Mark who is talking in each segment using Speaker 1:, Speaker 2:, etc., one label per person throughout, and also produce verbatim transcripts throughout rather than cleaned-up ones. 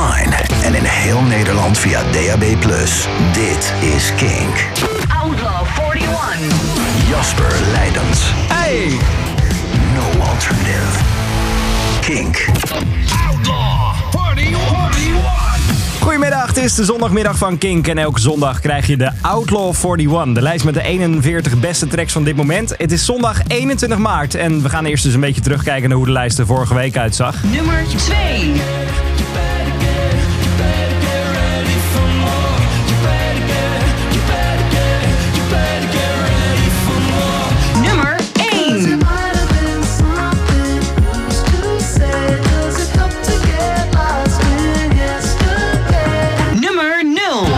Speaker 1: online en in heel Nederland via D A B plus. Dit is Kink.
Speaker 2: Outlaw eenenveertig.
Speaker 1: Jasper Leidens.
Speaker 3: Hey!
Speaker 1: No alternative. Kink.
Speaker 4: Outlaw eenenveertig.
Speaker 3: Goedemiddag, het is de zondagmiddag van Kink en elke zondag krijg je de Outlaw eenenveertig. De lijst met de eenenveertig beste tracks van dit moment. Het is zondag eenentwintig maart en we gaan eerst dus een beetje terugkijken naar hoe de lijst er vorige week uitzag.
Speaker 2: Nummer twee. Nummer één. Nummer nul.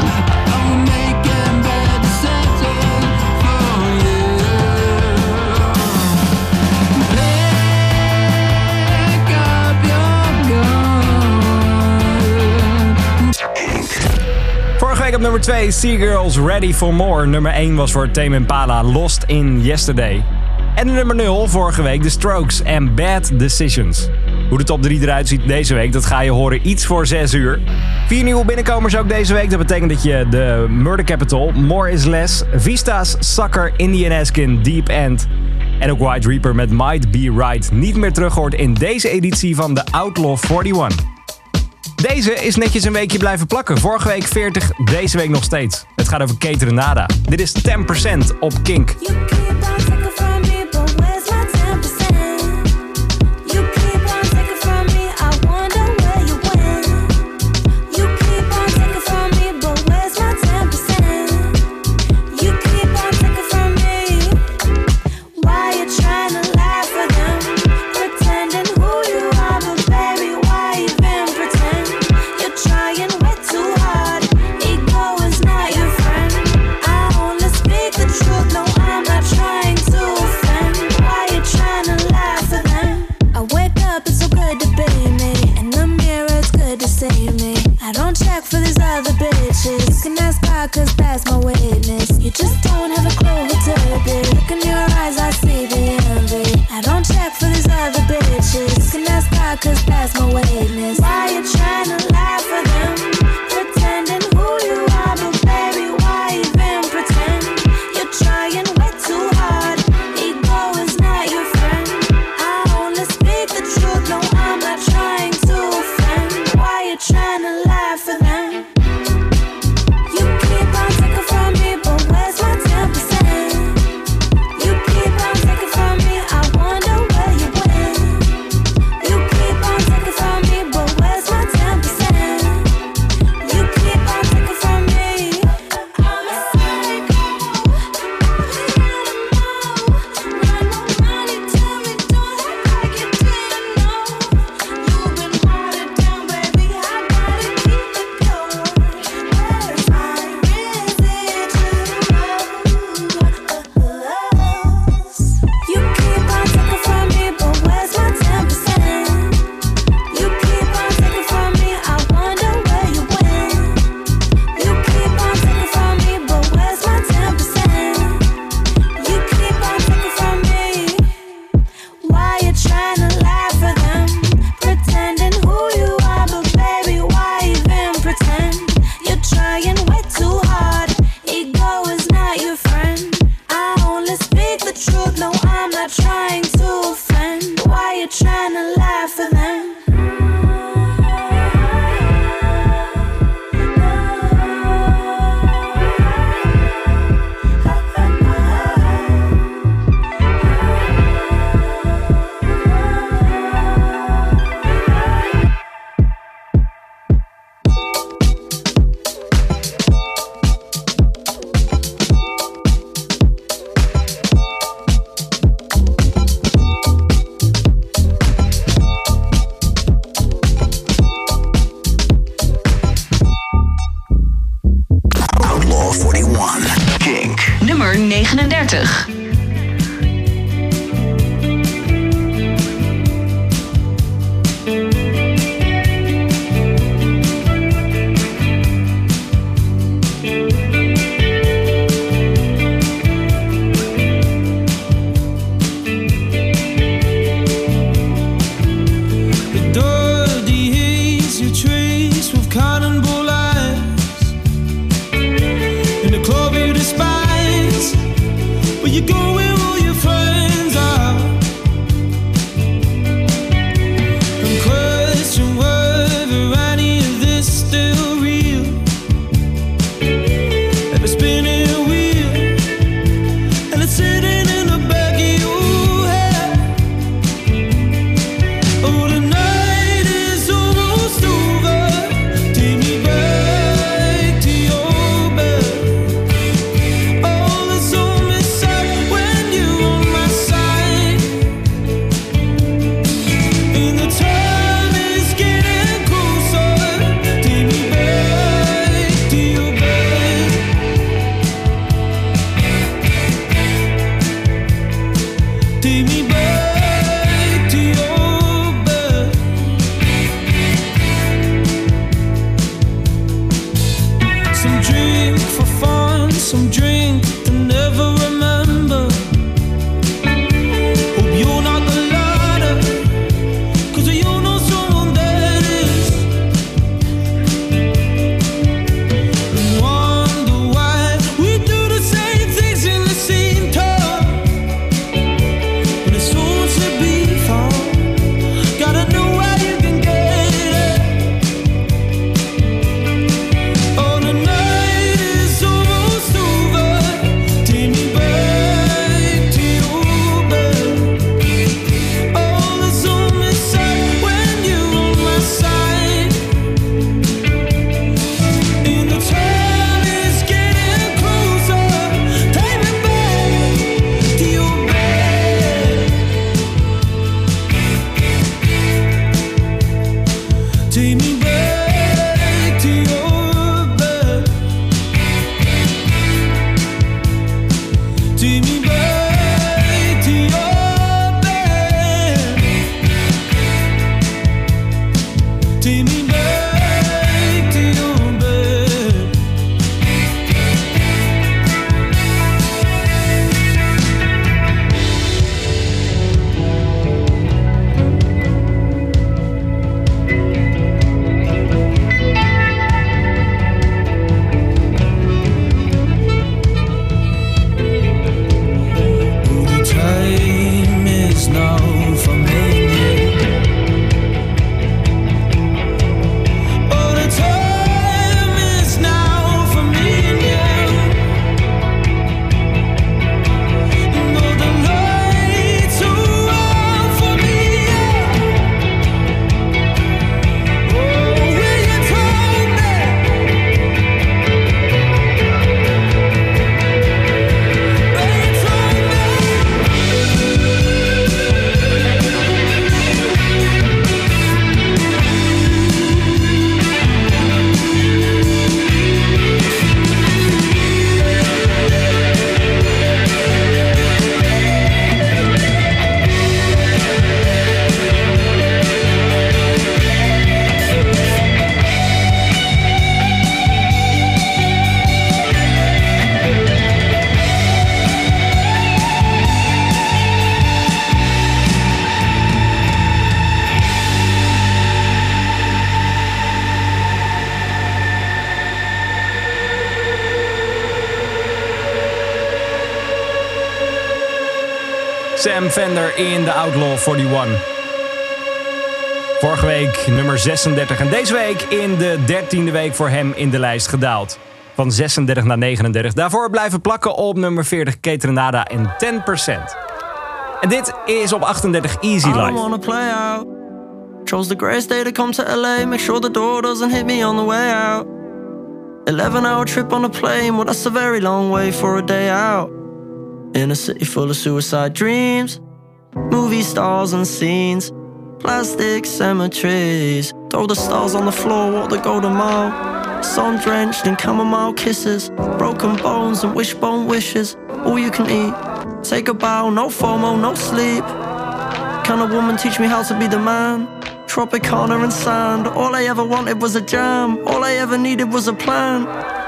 Speaker 3: Vorige week op nummer twee, Seagirls Ready for More. Nummer één was voor Tame Impala, Lost in Yesterday. En de nummer nul vorige week, The Strokes en Bad Decisions. Hoe de top drie eruit ziet deze week, dat ga je horen iets voor zes uur. Vier nieuwe binnenkomers ook deze week. Dat betekent dat je de Murder Capital, More is Less, Vista's Sucker, Indian Askin, Deep End en ook White Reaper met Might Be Right niet meer terug hoort in deze editie van de Outlaw eenenveertig. Deze is netjes een weekje blijven plakken. Vorige week veertig, deze week nog steeds. Het gaat over Kate Renada. Dit is tien procent op Kink.
Speaker 5: Cause that's my witness. You just don't have a clue who took it. Look in your eyes, I see the envy. I don't check for these other bitches. Can ask God, cause that's my witness. Why you trying to lie for them? Pretending who you are, but baby, why even pretend? You're trying way too hard. Ego is not your friend. I only speak the truth, no, I'm not trying to offend. Why you trying to lie for them?
Speaker 2: negenendertig.
Speaker 6: The dirty haze you trace with
Speaker 3: Sam Fender in The Outlaw eenenveertig. Vorige week nummer zesendertig en deze week in de dertiende week voor hem in de lijst gedaald. Van zesendertig naar negenendertig. Daarvoor blijven plakken op nummer veertig Kate Renada en tien procent. En dit is op achtendertig Easy Life.
Speaker 6: I don't wanna play out. Chose the greatest day to come to L A. Make sure the door doesn't hit me on the way out. eleven hour trip on a plane. Well, that's a very long way for a day out. In a city full of suicide dreams, movie stars and scenes, plastic cemeteries. Throw the stars on the floor, walk the golden mile. Sun drenched in chamomile kisses, broken bones and wishbone wishes. All you can eat. Take a bow, no FOMO, no sleep. Can a woman teach me how to be the man? Tropicana and sand. All I ever wanted was a jam. All I ever needed was a plan.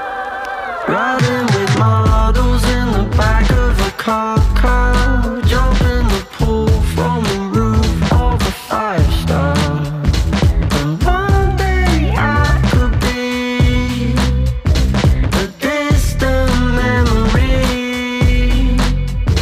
Speaker 6: Riding with models in the back of a car, car. Jump in the pool from the roof of a five star. And one day I could be a distant memory.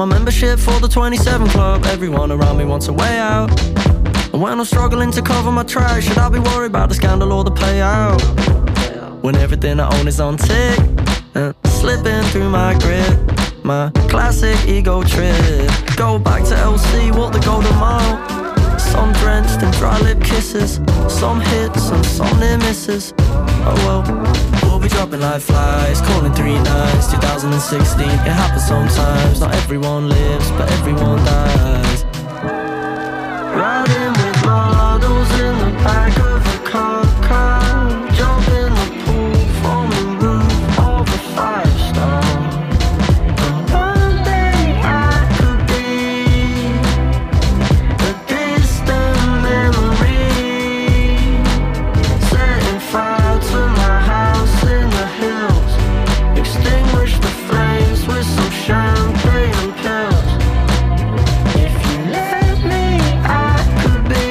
Speaker 6: my membership for the twenty-seven club. Everyone around me wants a way out. And when I'm struggling to cover my tracks, should I be worried about the scandal or the payout? When everything I own is on tick and slipping through my grip, my classic ego trip. Go back to L C, walk the golden mile. Some drenched in dry lip kisses, some hits and some near misses. Oh well, we'll be dropping like flies, calling three nights, two thousand sixteen. It happens sometimes, not everyone lives, but everyone dies. Riding with models in the back of a car, car. Jump in the pool from the roof of a five star. And one day I could be a distant memory, setting fire to my house in the hills, extinguish the flames with some champagne and pills. If you let me, I could be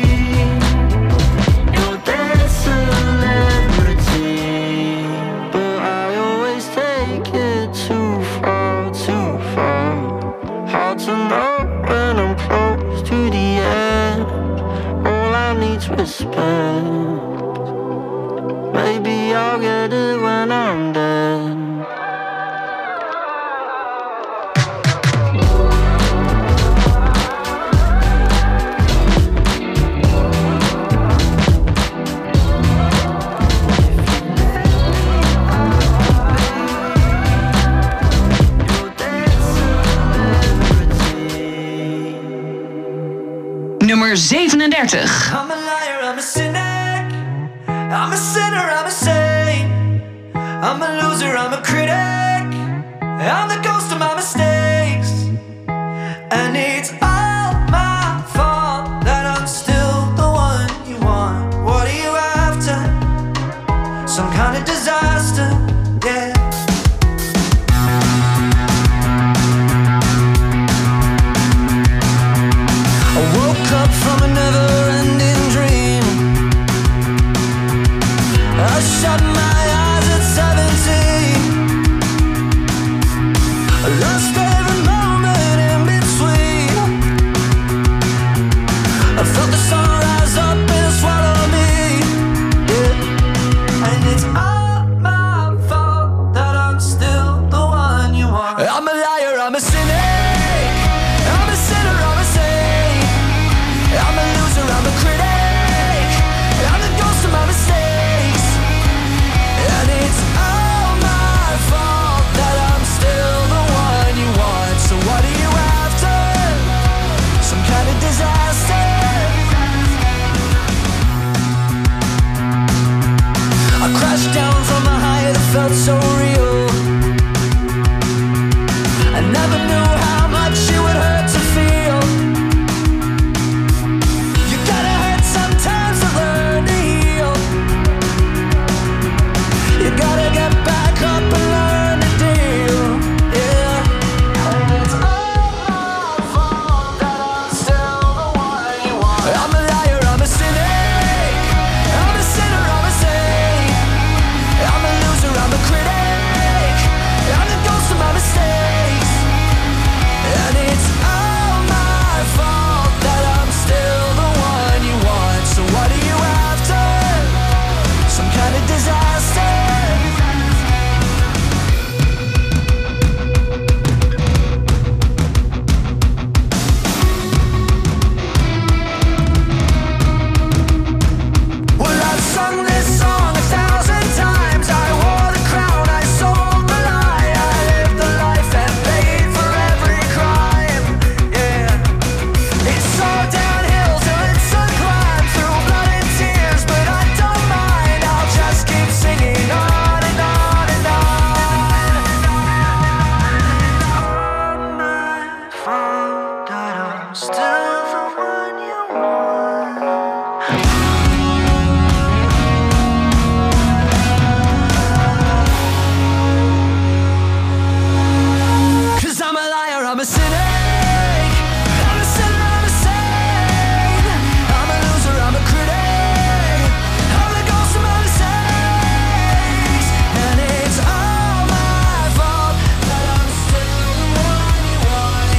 Speaker 6: your dead celebrity, but I always take it too far, too far. Hard to know when I'm close to the end. All I need's respect. Maybe I'll get it when I'm dead.
Speaker 2: Nummer zevenendertig.
Speaker 7: I'm a liar, I'm a cynic, I'm a sinner, I'm a saint, I'm a loser, I'm a critic, I'm the ghost of my mistakes, and it's all my fault that I'm still the one you want. What are you after? Some kind of disaster, yeah. I woke up from a never-ending dream. I shut my eyes at seventeen. I lost every moment in between. I felt the sun rise up and swallow me, yeah. And it's all my fault that I'm still the one you want. I'm a liar, I'm a cynic, I'm a sinner, I'm a saint, I'm a loser, I'm a critic, I'm the ghost of my mistakes, and it's all my fault that I'm still the one you want. So what are you after? Some kind of disaster? I crashed down from a high that felt so real. I never knew how much it would hurt to feel. You gotta hurt sometimes to learn to heal. You gotta get back up and learn to deal, yeah. And it's all my fault that I'm still the one you want. I'm a liar, I'm a cynic, I'm a sinner, I'm a saint, I'm a loser, I'm a critic, I'm the ghost of my mistakes, and it's all my fault that I'm still the one you want. So what are you after? Some kind of disaster? Well, I've sung this song a thousand times. I wore the crown, I sold the lie, I lived the life and paid for every crime, yeah. It's all downhill till it's a climb, through blood and tears, but I don't mind. I'll just keep singing on and on and on. All my fault that I'm still the one you want. 'Cause I'm a liar, I'm a cynic, I'm a sinner, I'm a saint, I'm a loser, I'm a critic, I'm the ghost of my mistakes, and it's all my fault that I'm still the one you want.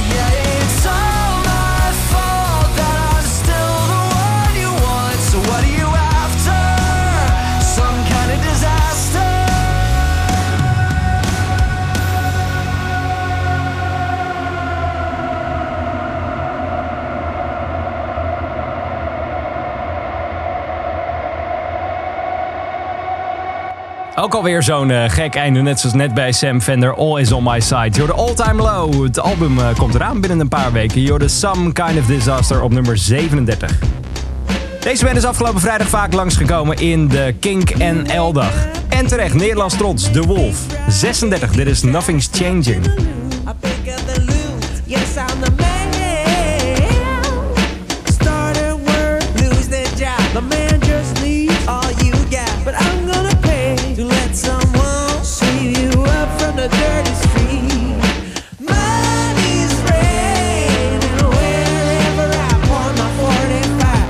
Speaker 3: Ook alweer zo'n uh, gek einde, net zoals net bij Sam Fender, All Is On My Side. Je hoorde All Time Low. Het album uh, komt eraan binnen een paar weken. Je hoorde Some Kind of Disaster op nummer zevenendertig. Deze band is afgelopen vrijdag vaak langsgekomen in de Kink en L-dag. En terecht, Nederlands trots, The Wolf. zesendertig, dit is Nothing's Changing.
Speaker 7: The man just needs all you got, but I'm gonna pay to let someone sweep you up from the dirty street. Money's raining wherever I point my forty-five.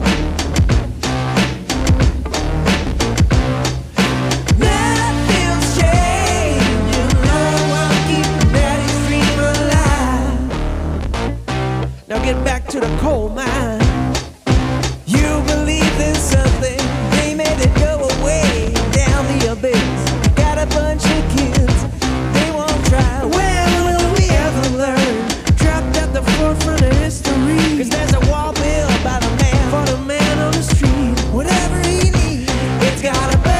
Speaker 7: Nothing's changing, no one keeping daddy's dream alive. Now get back to the coal mine. You believe in something, they made it go away down the abyss. Got a bunch of kids, they won't try. When will we ever learn? Dropped at the forefront of history. Cause there's a wall built by the man for the man on the street. Whatever he needs, it's gotta burn.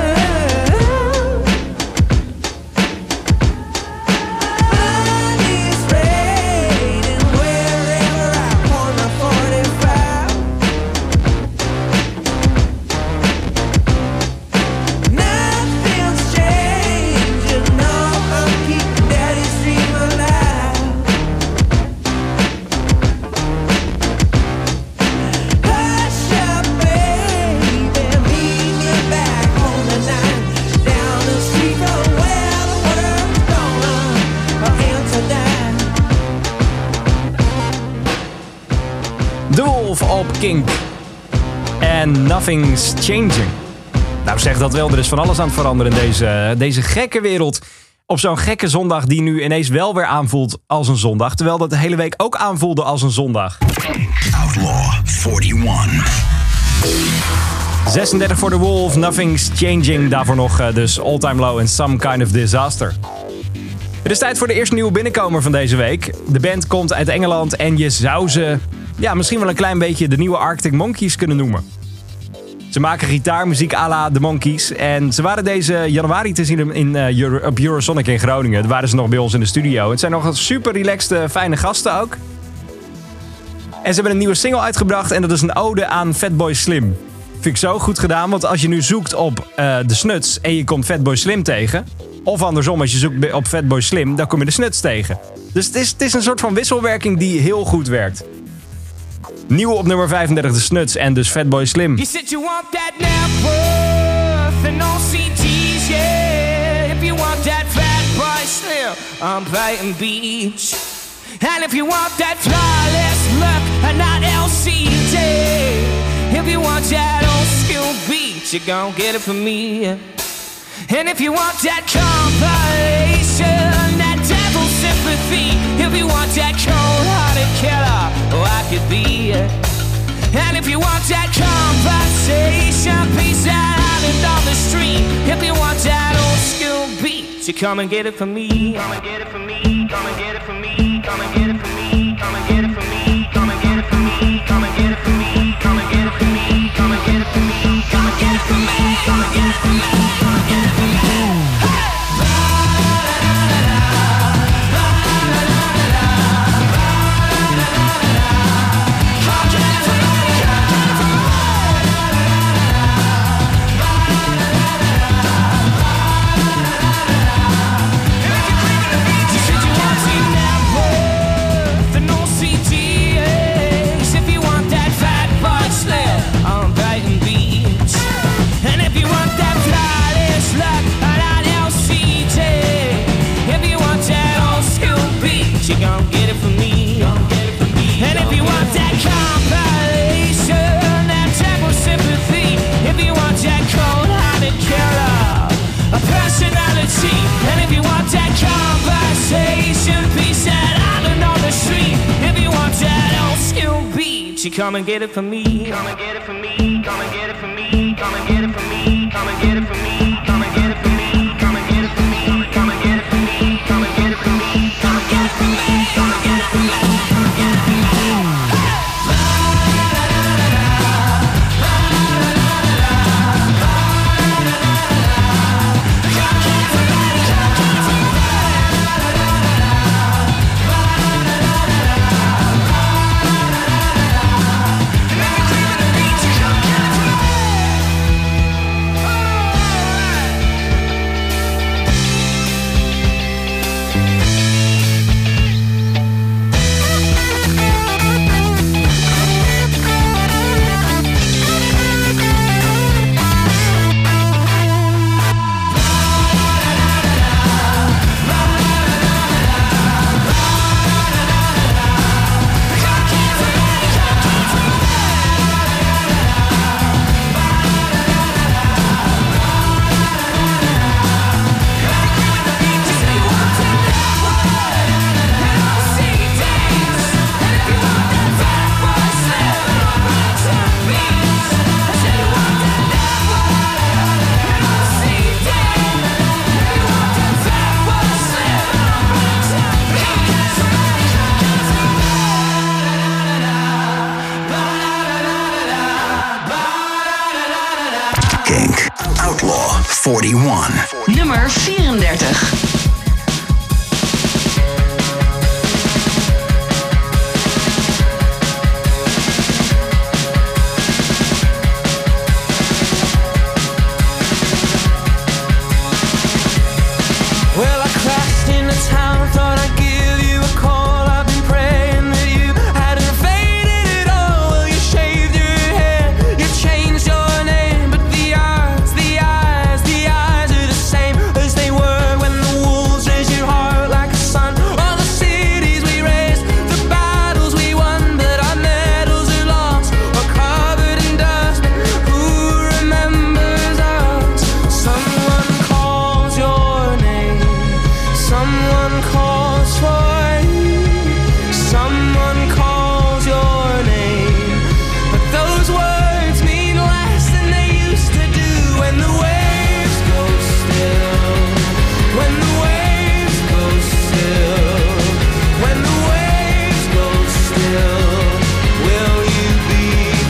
Speaker 7: Money's raining wherever I point my forty-five. Nothing's changing, no, I'm keeping daddy's dream alive. Hush up, baby, meet me back on the night. Down the street from where the world's gonna answer that.
Speaker 3: The Wolf op Kink. En Nothing's Changing. Nou, zeg dat wel, er is van alles aan het veranderen in deze, deze gekke wereld. Op zo'n gekke zondag die nu ineens wel weer aanvoelt als een zondag. Terwijl dat de hele week ook aanvoelde als een zondag.
Speaker 1: Outlaw eenenveertig.
Speaker 3: zesendertig voor The Wolf, Nothing's Changing. Daarvoor nog uh, dus All Time Low en Some Kind of Disaster. Het is tijd voor de eerste nieuwe binnenkomer van deze week. De band komt uit Engeland en je zou ze ja, misschien wel een klein beetje de nieuwe Arctic Monkeys kunnen noemen. Ze maken gitaarmuziek à la The Monkeys. En ze waren deze januari te zien in, uh, Euro, op Eurosonic in Groningen. Daar waren ze nog bij ons in de studio. Het zijn nog super relaxed, fijne gasten ook. En ze hebben een nieuwe single uitgebracht. En dat is een ode aan Fatboy Slim. Vind ik zo goed gedaan. Want als je nu zoekt op uh, de Snuts en je komt Fatboy Slim tegen. Of andersom, als je zoekt op Fatboy Slim, dan kom je de Snuts tegen. Dus het is, het is een soort van wisselwerking die heel goed werkt. Nieuw op nummer vijfendertig, de Snuts en dus Fatboy Slim.
Speaker 8: You said you want that net worth and no C Ds, yeah. If you want that Fatboy Slim, I'm biting beach. And if you want that flawless look and not L C D, if you want that old school beat, you gon' get it from me. And if you want that compilation, that devil sympathy, if you want that cold-hearted killer, oh, I could be it. And if you want that conversation, peace out and on the street, if you want that old school beat, you come and get it from me. Come and get it from me, come and get it from me, come and get it from me, come and get it from me, come and get it from me, come and get it from me, come and get it from me, come and get it from me, come and get it from me, come and get it from me, come and get it from me. You gon' get it from me. And if you want that compilation, that temple sympathy, if you want that cold-hearted killer, a personality, and if you want that conversation, peace that island on the street, if you want that old school beat, you come and get it from me. Come and get it from me. Come and get it from me. Come and get it from me. Come and get it from me. Come and get it from me. Come and get it from me. Come and get it from me. Come and get it from me. Come and get it from me. Come and get it from me. Come and get it from me.
Speaker 1: Kink. Outlaw eenenveertig.
Speaker 2: Nummer vierendertig.
Speaker 8: Well, I crashed into town, thought I'd give you a call. I've been praying that you hadn't faded at all. Well, you shaved your hair, you changed your name, but the eyes, the eyes, the eyes are the same as they were when the wolves raised your heart like a sun. All the cities we raised, the battles we won, but our medals are lost or covered in dust. But who remembers us? Someone calls your name. Someone calls for you. Someone calls your name. But those words mean less than they used to do. When the waves go still. When the waves go still. When the waves go still. Will you be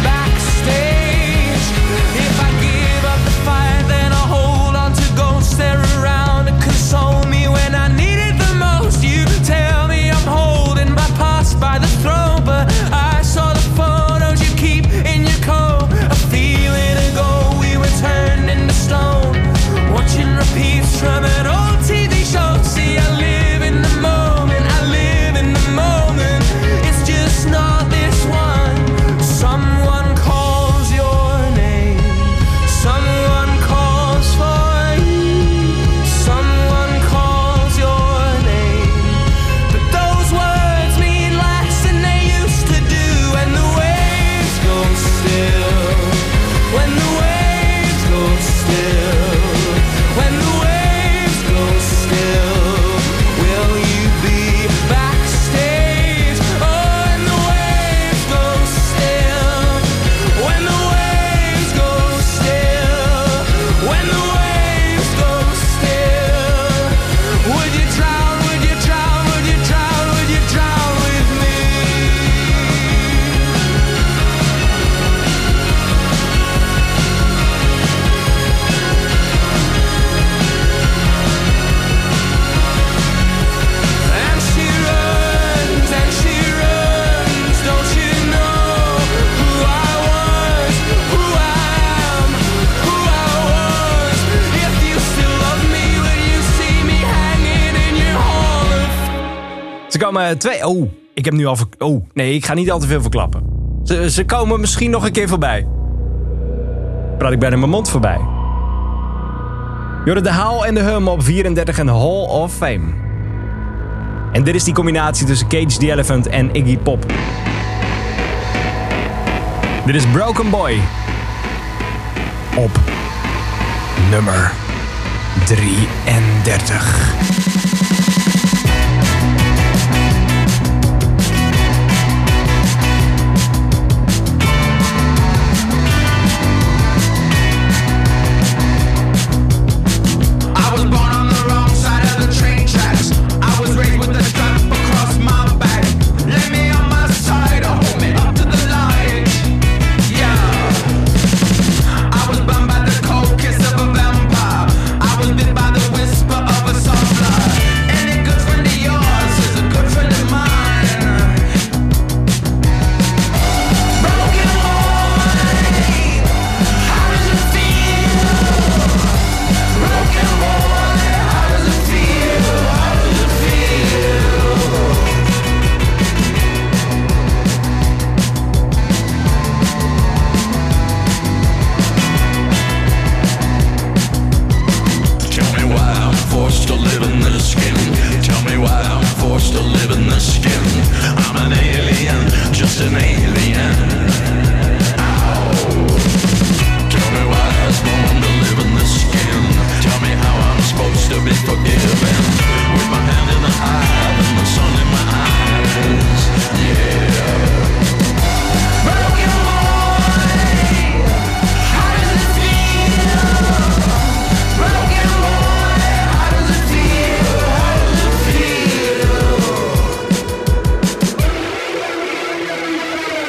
Speaker 8: backstage? If I give up the fight, then I'll hold on to ghosts. They're around to console me when I need it the most. You tell me I'm holding my past by the throat, but I saw the photos you keep in your coat. A feeling ago we were turned into stone, watching repeats from an old T V show. See, I live in the moment, I live in the moment. It's just not this one. Someone calls your name. Someone calls for you. Someone calls your name. But those words mean less than they used to do. When the waves go still. When the waves go still. When the waves go still. Will you be backstage? Oh, when the waves go still. When the waves go still. When the waves go still. Would you drown, would you drown, would you drown, would you drown with me? And she runs, and she runs. Don't you know who I was, who I am, who I was? If you still love me, will you see me hanging in your hall of
Speaker 3: Ze komen twee... Oh, ik heb nu al... ver- Oh, nee, ik ga niet al te veel verklappen. Ze, ze komen misschien nog een keer voorbij. Praat ik bijna mijn mond voorbij. Jorden de Haal en de Hum op vierendertig en Hall of Fame. En dit is die combinatie tussen Cage the Elephant en Iggy Pop. Dit is Broken Boy. Op nummer drieëndertig.
Speaker 4: I was born on the wrong side of the train tracks. I was raised with a strap across my back. Lay me on my side or hold me up to the light. Yeah. I was burned by the cold kiss of a vampire. I was bit by the whisper of a sunflower. Any good friend of yours is a good friend of mine. Broken boy, how does it feel? Broken boy, how does it feel? How does it feel? Tell me why I'm forced to live in this skin. Tell me why I'm forced to live in this skin. I'm an alien, just an alien. Ow. Tell me why I was born to live in this skin. Tell me how I'm supposed to be forgiven. With my hand in the hive and the sun in my eyes. Yeah. Broken boy, how does it feel? Broken boy, how does it feel? How does it feel?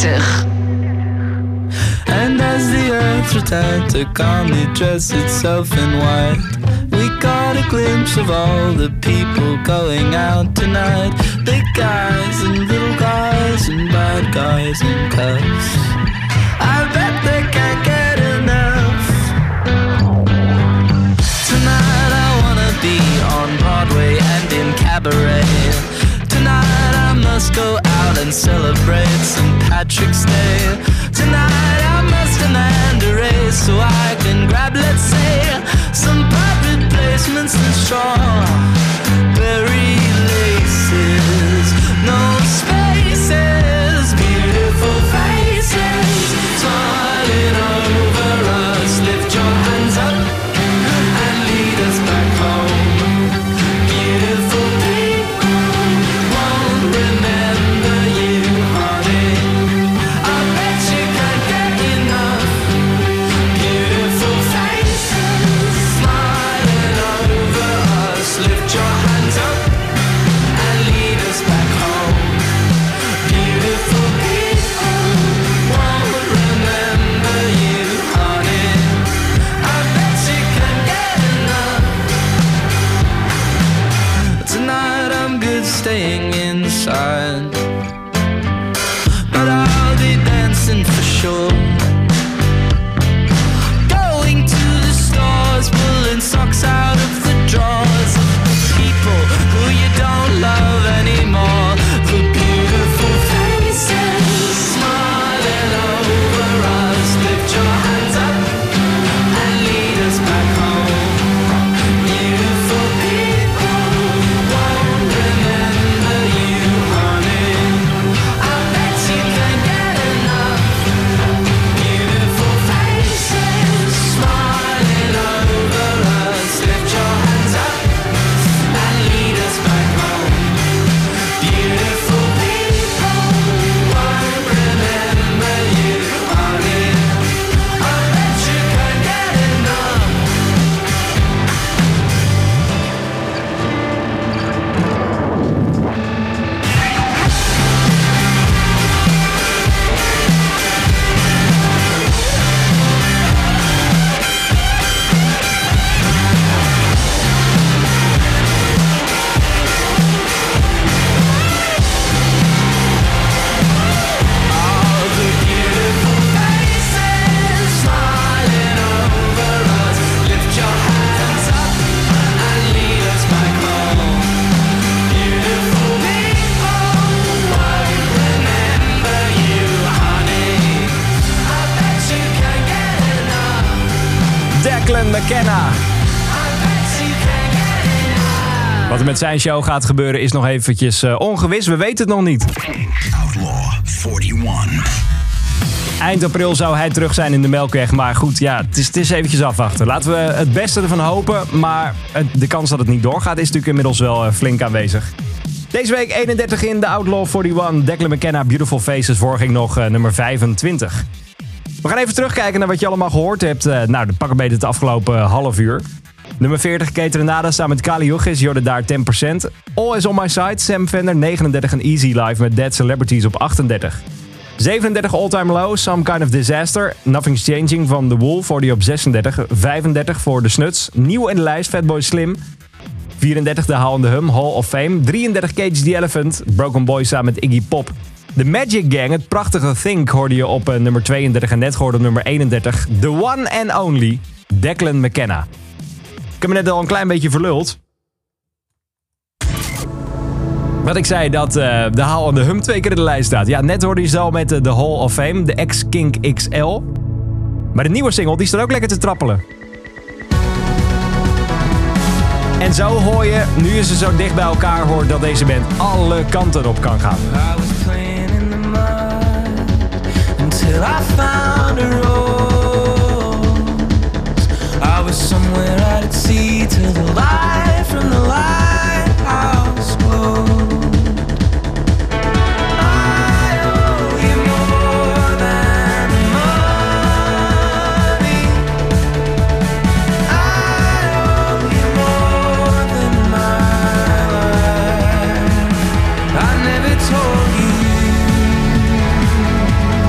Speaker 2: dertig.
Speaker 9: And as the earth returned to calmly dress itself in white, we got a glimpse of all the people going out tonight. Big guys and little guys and bad guys in cuffs. I bet they can't get enough. Tonight I wanna be on Broadway and in cabaret. Tonight I must go out and celebrate Saint Patrick's Day. Tonight I must demand a raise so I can grab, let's say, some pipe replacements and strawberry laces. No spaces, beautiful faces smiling over us. Lift your hands up and lead us back home. Beautiful people won't remember you, honey. I bet you can't get enough. Beautiful faces smiling over us. Lift your hands up and lead us back home. Beautiful people won't remember you, honey. I bet you can't get enough. Tonight I'm good staying inside, but I'll be dancing for sure. Going to the stores, pulling socks out of the drawers of the people who you don't love anymore. The beautiful faces smiling over us. Lift your hands up and lead us back home. Beautiful people won't remember you, honey. I bet you can't get enough. Beautiful faces smiling over us. Lift your hands up and lead us back home. Beautiful people won't remember you, honey. I bet you can't get enough. All the beautiful faces smiling over us. Lift your hands up and lead us back home. Beautiful people won't remember you, honey. I bet you can't get enough.
Speaker 3: Declan McKenna.
Speaker 9: I bet you can't get enough.
Speaker 3: Wat er met zijn show gaat gebeuren is nog eventjes uh, ongewis. We weten het nog niet.
Speaker 1: Outlaw eenenveertig.
Speaker 3: Eind april zou hij terug zijn in de Melkweg. Maar goed, ja, het is, het is eventjes afwachten. Laten we het beste ervan hopen. Maar het- de kans dat het niet doorgaat is natuurlijk inmiddels wel uh, flink aanwezig. Deze week eenendertig in de Outlaw eenenveertig. Declan McKenna, Beautiful Faces, vorige week nog uh, nummer vijfentwintig. We gaan even terugkijken naar wat je allemaal gehoord hebt. Uh, nou, de pakken beter het afgelopen uh, half uur. Nummer veertig, Kate Renada samen met Kali Uchis. Je hoorde daar tien procent. All Is On My Side, Sam Fender, negenendertig. En Easy Live met Dead Celebrities op achtendertig. zevenendertig, All Time Low, Some Kind of Disaster. Nothing's Changing van The Wolf voor die op zesendertig. vijfendertig voor The Snuts. Nieuw in de lijst, Fatboy Slim. vierendertig, The Hall and the Hum, Hall of Fame. drieëndertig, Cage the Elephant. Broken Boy samen met Iggy Pop. The Magic Gang, het prachtige Think, hoorde je op uh, nummer tweeëndertig. En net gehoord op nummer eenendertig. The One and Only, Declan McKenna. Ik heb me net al een klein beetje verluld. Wat ik zei, dat uh, de Hall and the Hum twee keer in de lijst staat. Ja, net hoorde je ze al met uh, de Hall of Fame, de X-Kink X L. Maar de nieuwe single, die staat ook lekker te trappelen. En zo hoor je, nu je ze zo dicht bij elkaar hoort, dat deze band alle kanten op kan gaan.
Speaker 9: I was playing in the mud until I found a rose. I was somewhere out at sea till the light from the lighthouse glowed. I owe you more than money. I owe you more than my life. I never told you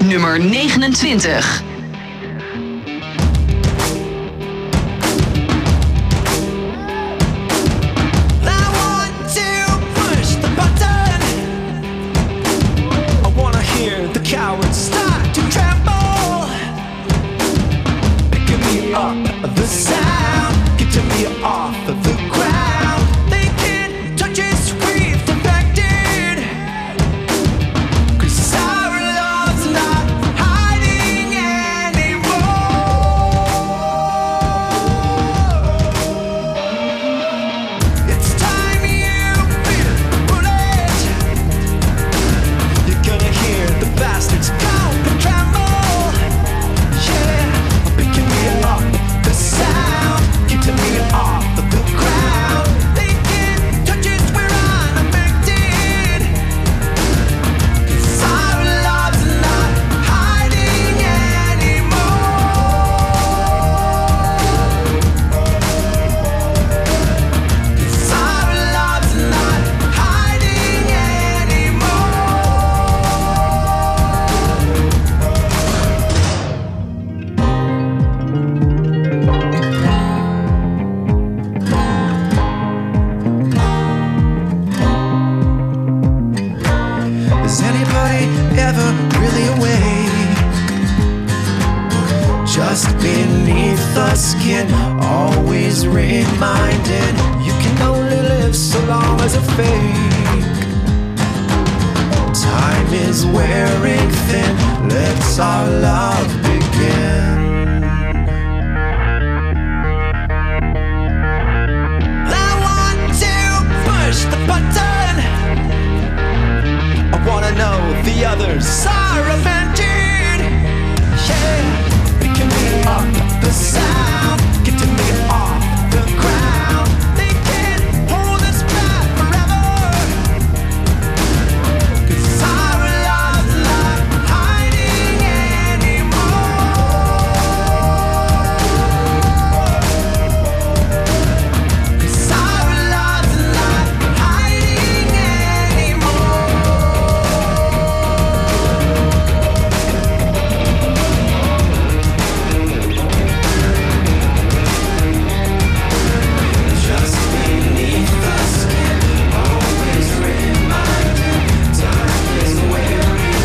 Speaker 2: nummer negenentwintig.
Speaker 7: Cowards start to tremble, picking me up the sound, getting me off of the ground. They can't touch us, we've defected, 'cause our love's not hiding anymore. It's time you feel the bullet. You're gonna hear the bastards count and tremble. Yeah, picking me up the sound, getting me off of the ground. They can't touch us, we're unaffected, 'cause our love's not hiding anymore. 'Cause our love's not hiding anymore. Is anybody ever really awake? Just beneath the skin, always reminded you can only live so long as a fake. Time is wearing thin, let's our love begin. I want to push the button. I wanna know the others are offended. Yeah, picking me up the sound, getting me off the ground. They can't hold us back forever, 'cause our love's not hiding anymore. 'Cause our love's not hiding anymore. Just beneath the skin, always reminded, time is wearing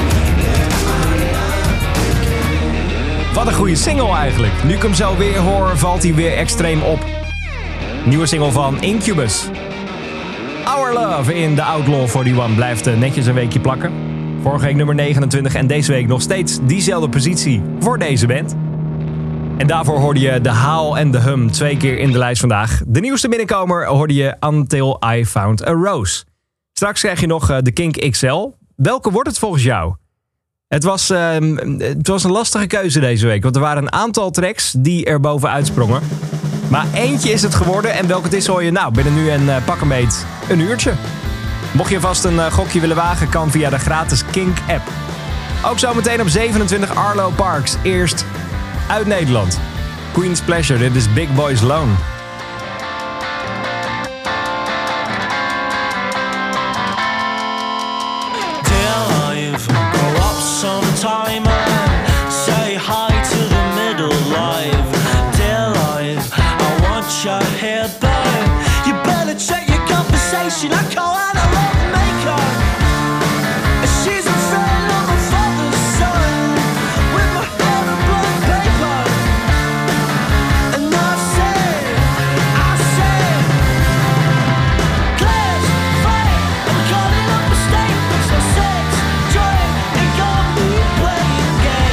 Speaker 7: thin.
Speaker 3: Wat een goede single eigenlijk. Nu ik hem zo weer hoor, valt hij weer extreem op. Nieuwe single van Incubus. Our Love in The Outlaw eenenveertig blijft eh, netjes een weekje plakken. Vorige week nummer negenentwintig en deze week nog steeds diezelfde positie voor deze band. En daarvoor hoorde je de Haal en de Hum twee keer in de lijst vandaag. De nieuwste binnenkomer hoorde je Until I Found a Rose. Straks krijg je nog eh, de Kink X L. Welke wordt het volgens jou? Het was, uh, het was een lastige keuze deze week, want er waren een aantal tracks die er bovenuit sprongen. Maar eentje is het geworden en welke het is hoor je nou binnen nu en uh, pak een beet een uurtje. Mocht je vast een uh, gokje willen wagen, kan via de gratis Kink app. Ook zometeen op zevenentwintig Arlo Parks, eerst uit Nederland. Queen's Pleasure, dit is Big Boys Loan.
Speaker 8: Dear life, grow up sometime and say hi to the middle life. Dear life, I want your hair back. You better check your conversation. I call out a love maker. She's a friend of my father's son, with my hair and blood paper. And I said, I said, class, fight, I'm calling up mistakes. No sex, joy, and got me playing games.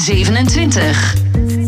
Speaker 2: zevenentwintig.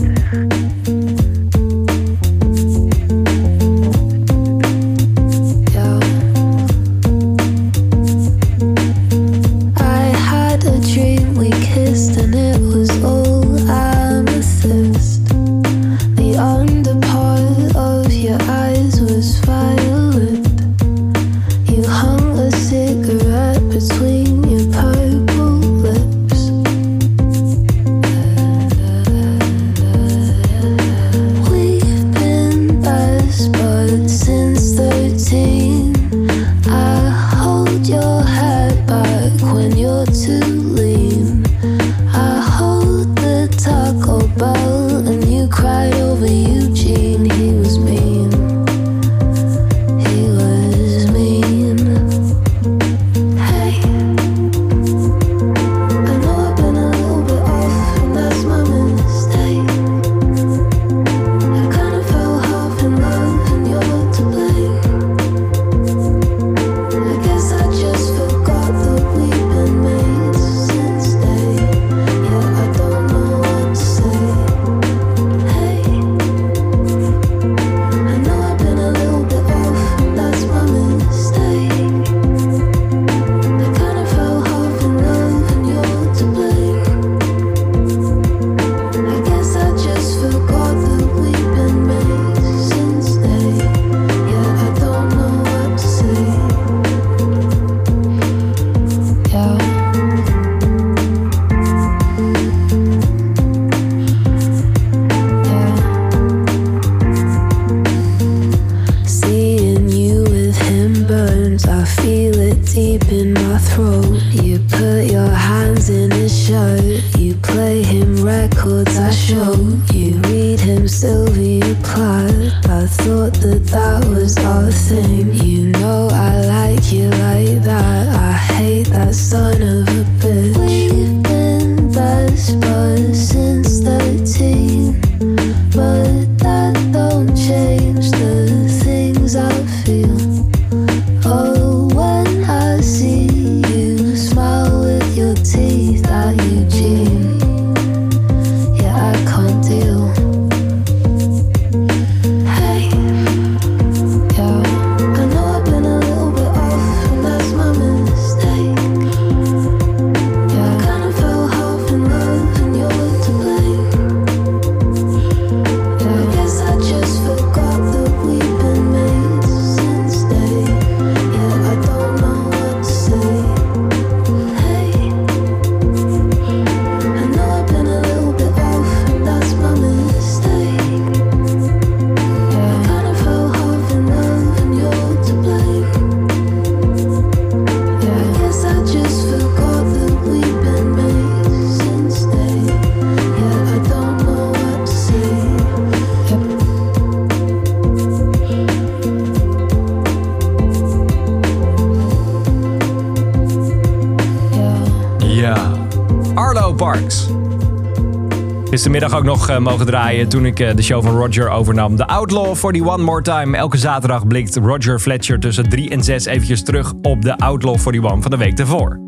Speaker 3: Gistermiddag ook nog uh, mogen draaien toen ik uh, de show van Roger overnam. The Outlaw for the One More Time. Elke zaterdag blikt Roger Fletcher tussen drie en zes eventjes terug op The Outlaw for the One van de week ervoor.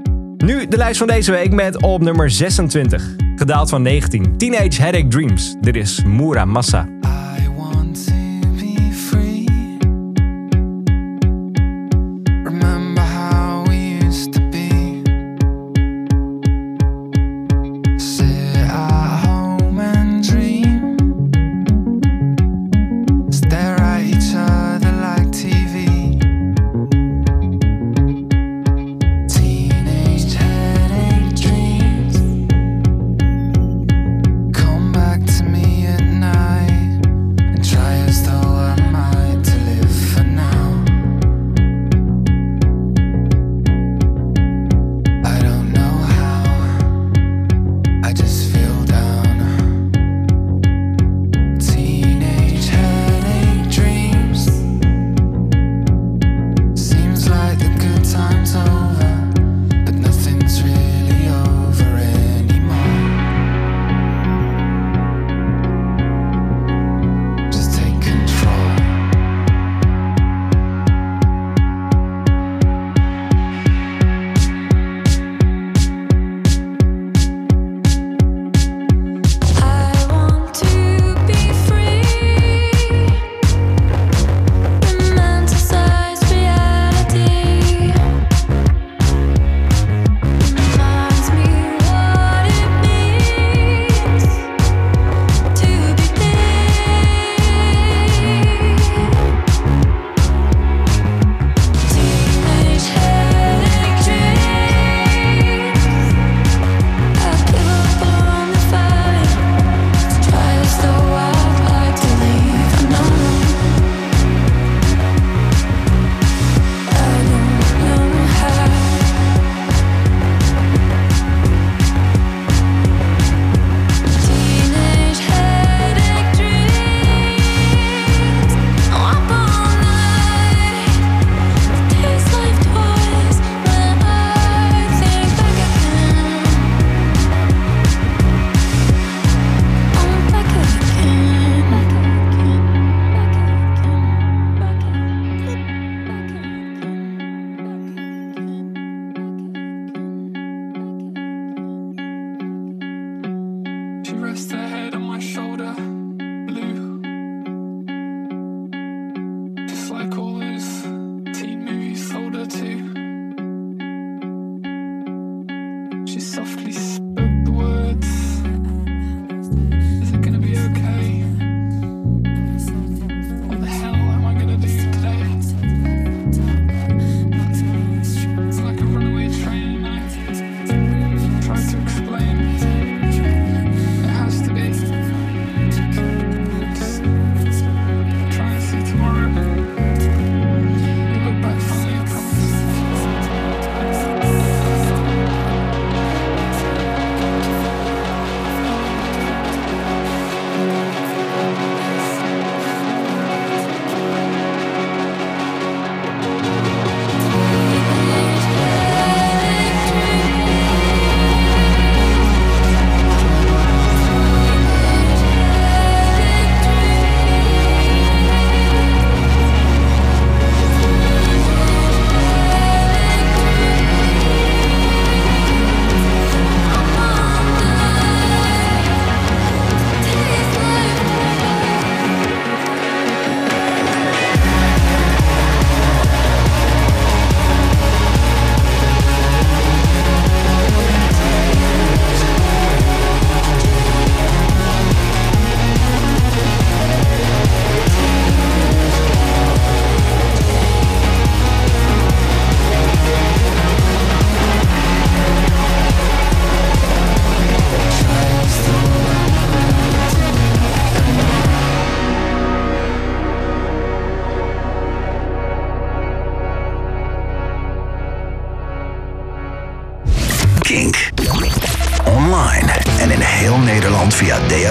Speaker 3: Nu de lijst van deze week met op nummer zesentwintig. Gedaald van negentien. Teenage Headache Dreams. Dit is Mura Massa.
Speaker 10: Come back to me at night.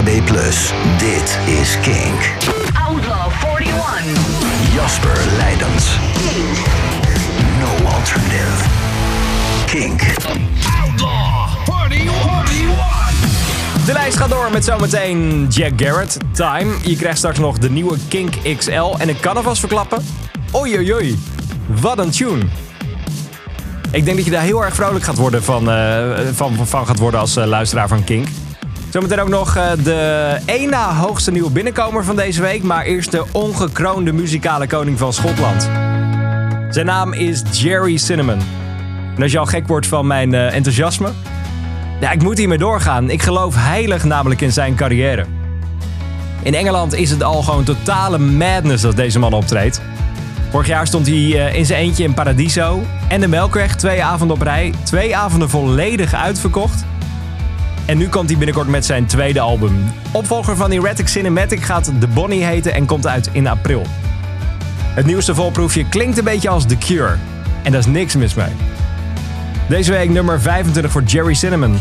Speaker 1: B plus. Dit is Kink.
Speaker 2: Outlaw eenenveertig.
Speaker 1: Jasper Leidens. No alternative. Kink.
Speaker 8: Outlaw eenenveertig.
Speaker 3: De lijst gaat door met zometeen Jack Garrett, Time. Je krijgt straks nog de nieuwe Kink X L. En ik kan alvast verklappen. Oei oei oei. Wat een tune. Ik denk dat je daar heel erg vrolijk gaat worden van, uh, van, van gaat worden als uh, luisteraar van Kink. Zometeen ook nog uh, de één na hoogste nieuwe binnenkomer van deze week. Maar eerst de ongekroonde muzikale koning van Schotland. Zijn naam is Jerry Cinnamon. En als je al gek wordt van mijn uh, enthousiasme... Ja, ik moet hiermee doorgaan. Ik geloof heilig namelijk in zijn carrière. In Engeland is het al gewoon totale madness als deze man optreedt. Vorig jaar stond hij uh, in zijn eentje in Paradiso en de Melkweg twee avonden op rij. Twee avonden volledig uitverkocht. En nu komt hij binnenkort met zijn tweede album. Opvolger van Erratic Cinematic gaat The Bonnie heten en komt uit in april. Het nieuwste volproefje klinkt een beetje als The Cure. En daar is niks mis mee. Deze week nummer vijfentwintig voor Jerry Cinnamon.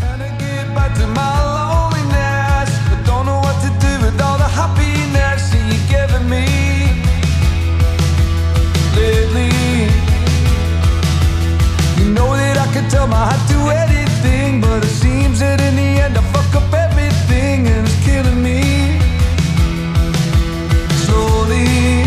Speaker 7: Tell my heart to anything, but it seems that in the end I fuck up everything and it's killing me slowly.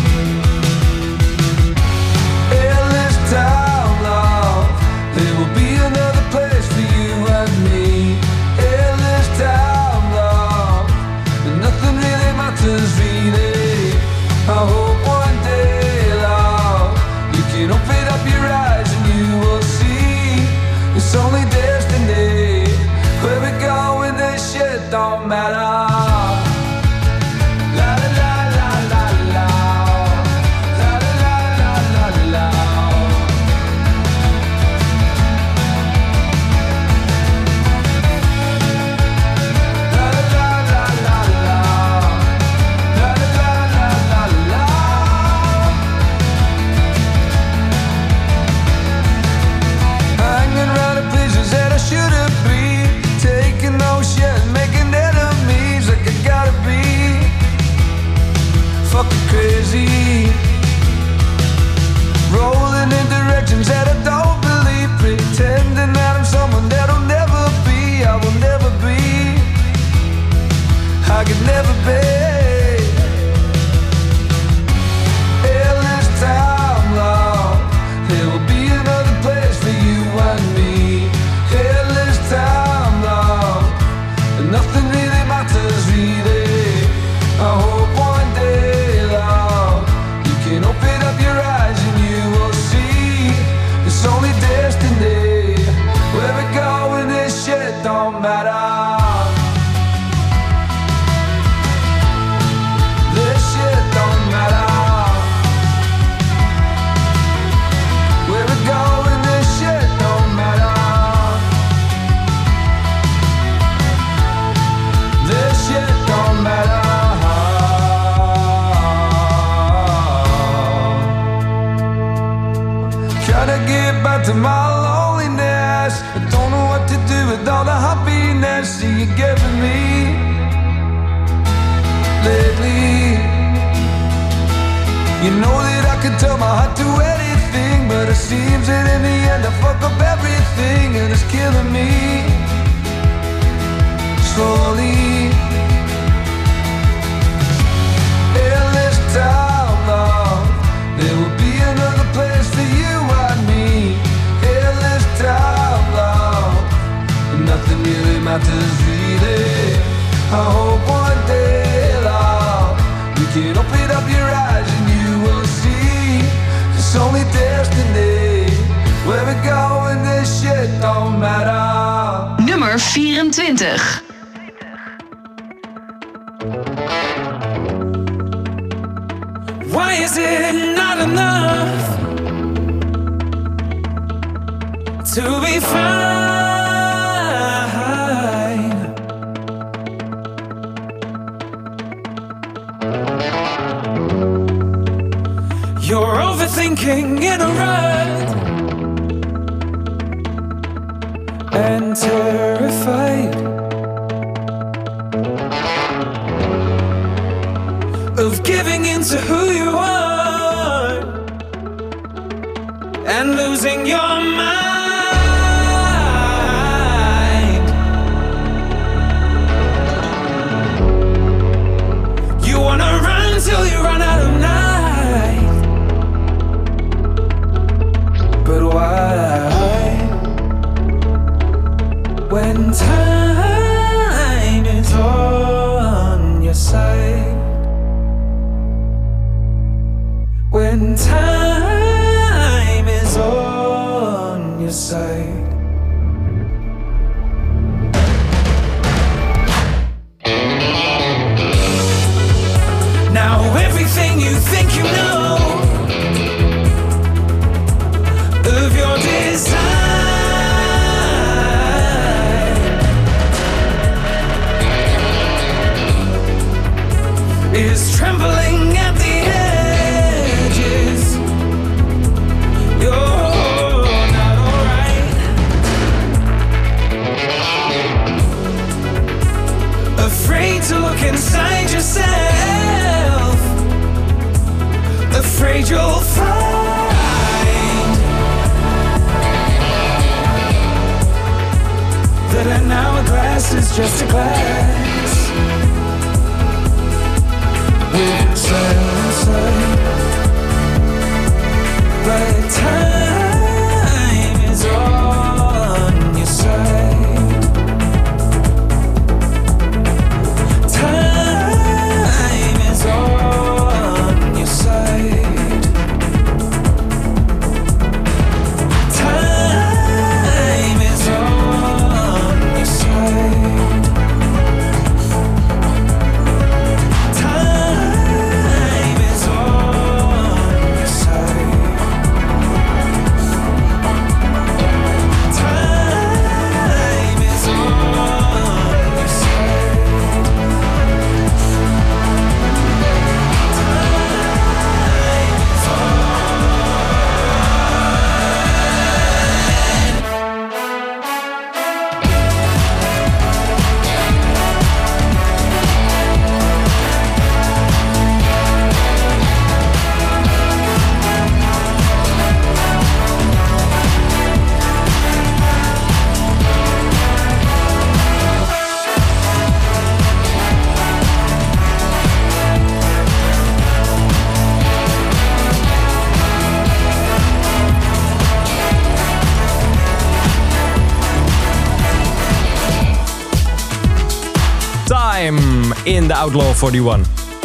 Speaker 7: Endless time, love. There will be another place for you and me. Endless time, love. And nothing really matters really. I hope one day, love, you can open up your eyes and you will see. It's only destiny. Where we go with this shit don't matter. La la la la la la. La la la la la la. La la la la la la. La la la la la la. Hanging around the places that I shouldn't be, taking no shit, making enemies like I gotta be fucking crazy, rolling in directions that I don't believe, pretending that I'm someone that'll never be, I will never be, I could never be. Endless time, love. There will be another place for you and me. Endless time, love. And nothing really matters really. I hope one day, love, you can open up your eyes and you will see it's only destiny. Where we go with this shit don't matter. This shit don't matter. Where we go with this shit don't matter. This shit don't matter. Trying to get back to my loneliness. I don't know what to do with all the happiness that you're giving me lately. You know that I could tell my heart to anything, but it seems that in the end I fuck up everything and it's killing me slowly. Endless time, love. There will be another place for you and me. Endless time, love. And nothing really matters really. I hope one day, love, you can open up your eyes and you will see it's only destiny. Where we go and this shit don't matter.
Speaker 2: Nummer vierentwintig.
Speaker 8: Why is it not enough to be fine? You're overthinking in a rut and terrified.
Speaker 10: of giving into who you are and losing your mind. You wanna run till you run out of night, but why? When time is on your side, when time is on your side. Now everything you think you know of your design is trembling at the edges. You're not alright. Afraid to look inside yourself, afraid you'll find that an hourglass is just a glass with sunlight, but time is on your side. Time is on your side. Time is on your side. Time is on your side. Time is on your side.
Speaker 3: Time in de Outlaw eenenveertig.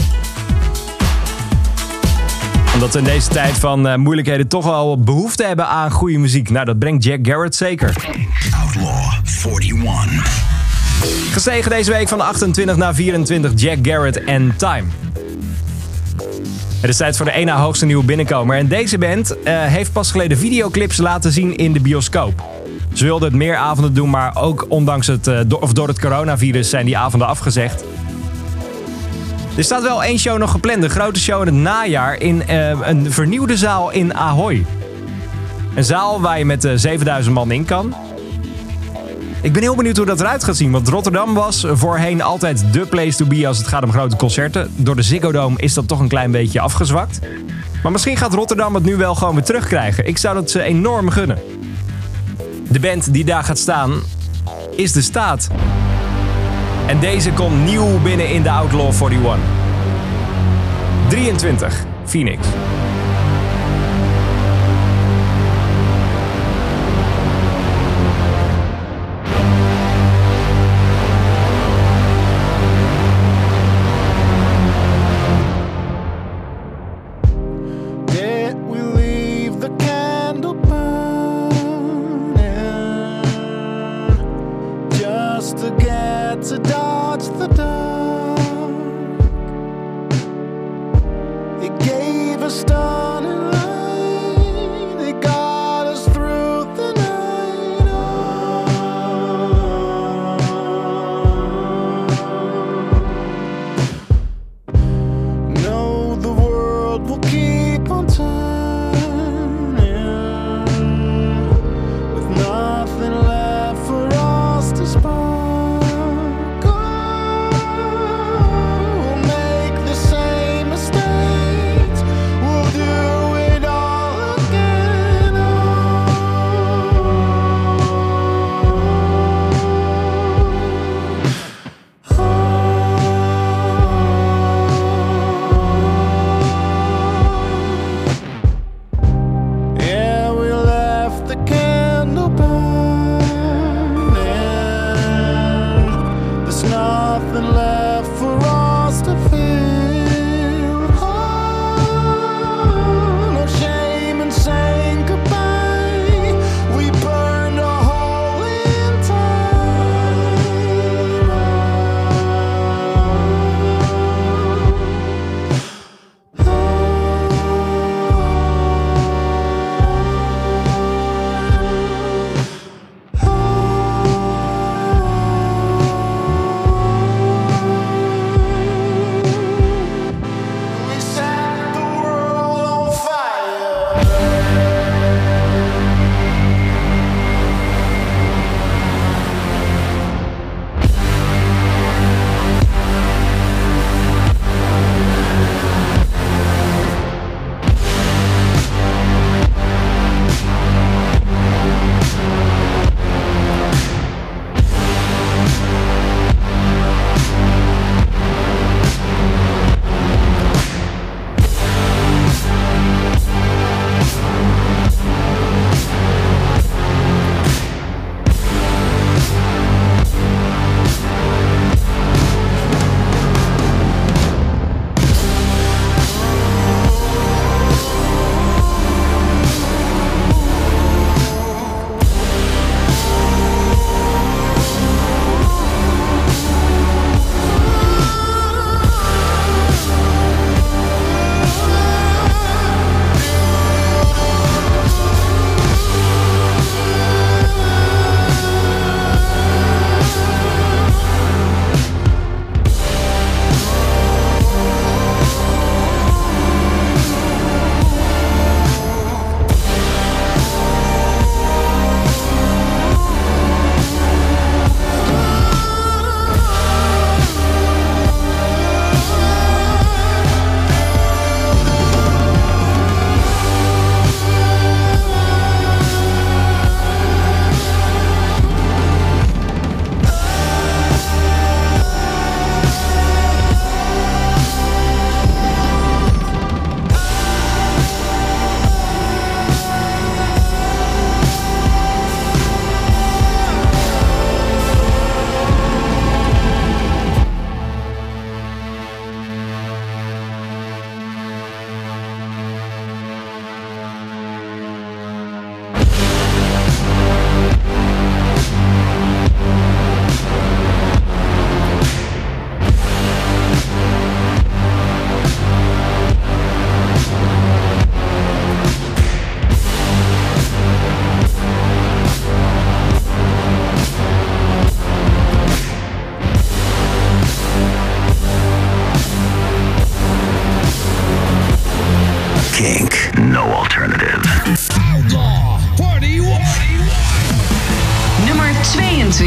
Speaker 3: Omdat we in deze tijd van uh, moeilijkheden toch wel behoefte hebben aan goede muziek. Nou, dat brengt Jack Garrett zeker.
Speaker 1: Outlaw eenenveertig.
Speaker 3: Gestegen deze week van achtentwintig naar vierentwintig, Jack Garrett en Time. Het is tijd voor de één na hoogste nieuwe binnenkomer. En deze band uh, heeft pas geleden videoclips laten zien in de bioscoop. Ze wilden het meer avonden doen, maar ook ondanks het, uh, do- of door het coronavirus zijn die avonden afgezegd. Er staat wel één show nog gepland, een grote show in het najaar in uh, een vernieuwde zaal in Ahoy. Een zaal waar je met uh, zevenduizend man in kan. Ik ben heel benieuwd hoe dat eruit gaat zien, want Rotterdam was voorheen altijd de place to be als het gaat om grote concerten. Door de Ziggo Dome is dat toch een klein beetje afgezwakt. Maar misschien gaat Rotterdam het nu wel gewoon weer terugkrijgen. Ik zou dat ze enorm gunnen. De band die daar gaat staan is De Staat. En deze komt nieuw binnen in de Outlaw eenenveertig. drieëntwintig, Phoenix.
Speaker 11: Yet we leave the candle burning just to get to dodge the dark. It gave us stunning light. It got us through the night. No, the world will keep on turning with nothing left for us to spark. We'll make the same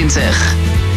Speaker 2: tweeëntwintig.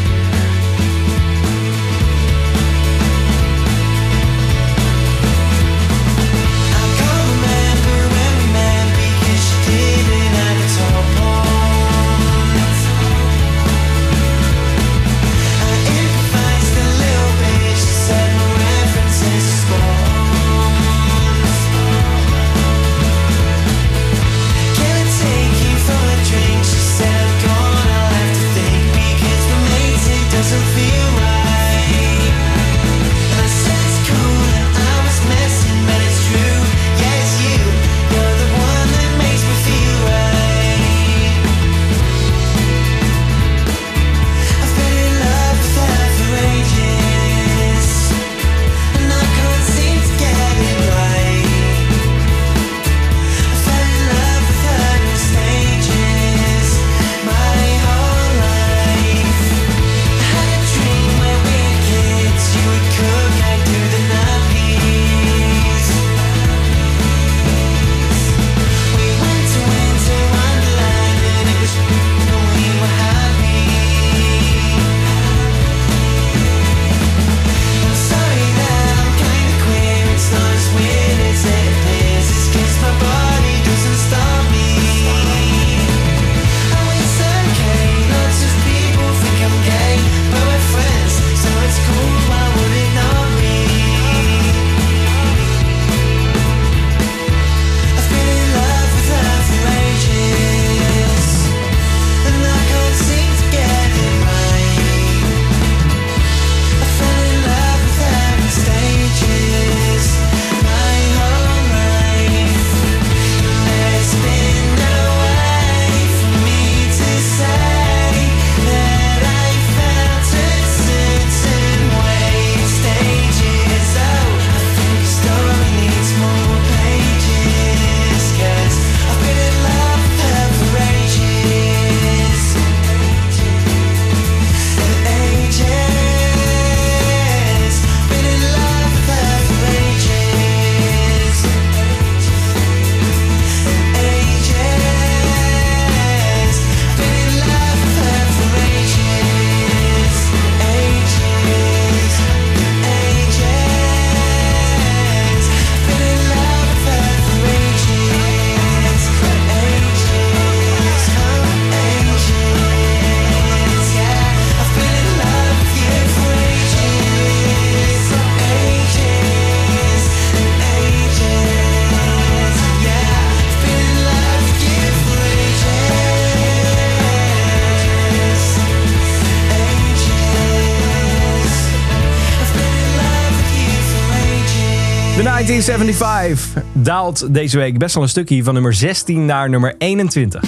Speaker 3: negentien zevenenzeventig daalt deze week best wel een stukje van nummer zestien naar nummer eenentwintig.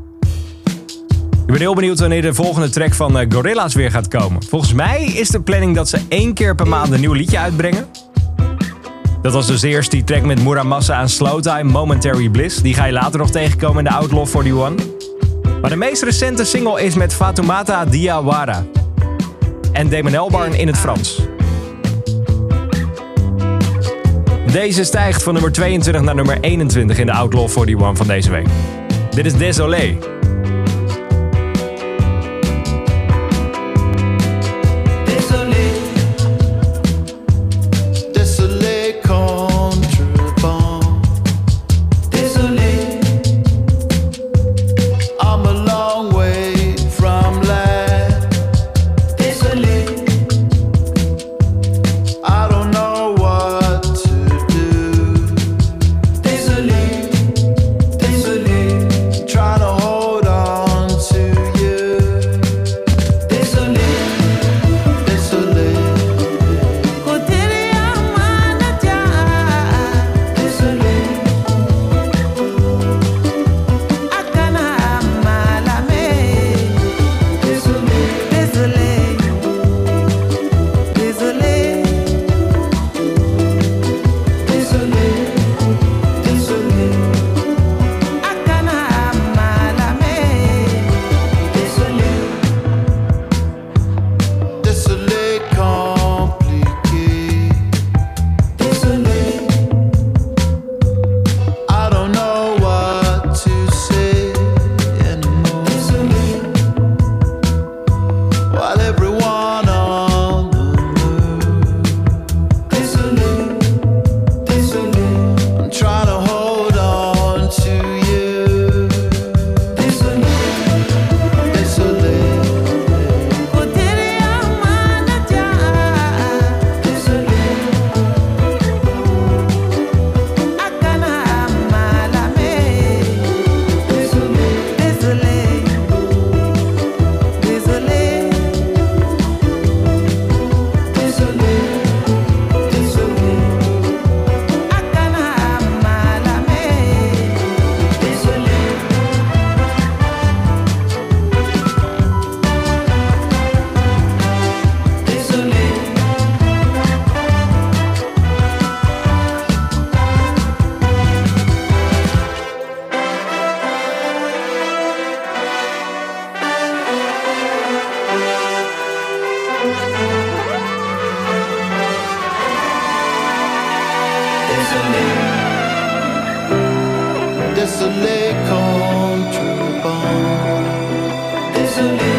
Speaker 3: Ik ben heel benieuwd wanneer de volgende track van uh, Gorillaz weer gaat komen. Volgens mij is de planning dat ze één keer per maand een nieuw liedje uitbrengen. Dat was dus eerst die track met Muramasa en Slowtime, Momentary Bliss. Die ga je later nog tegenkomen in de Outlaw eenenveertig. Maar de meest recente single is met Fatoumata Diawara en Damon Albarn in het Frans. Deze stijgt van nummer tweeëntwintig naar nummer eenentwintig in de Outlaw eenenveertig van deze week. Dit is Désolé.
Speaker 11: Trying to hold Désolé comme tu pars. Désolé.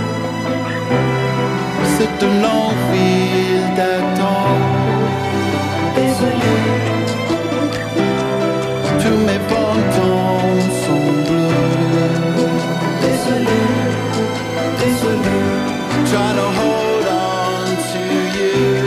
Speaker 11: C'est une longue file d'attente. Désolé. Tous mes fantômes sont bleus. Désolé. Désolé. Trying to hold on to you.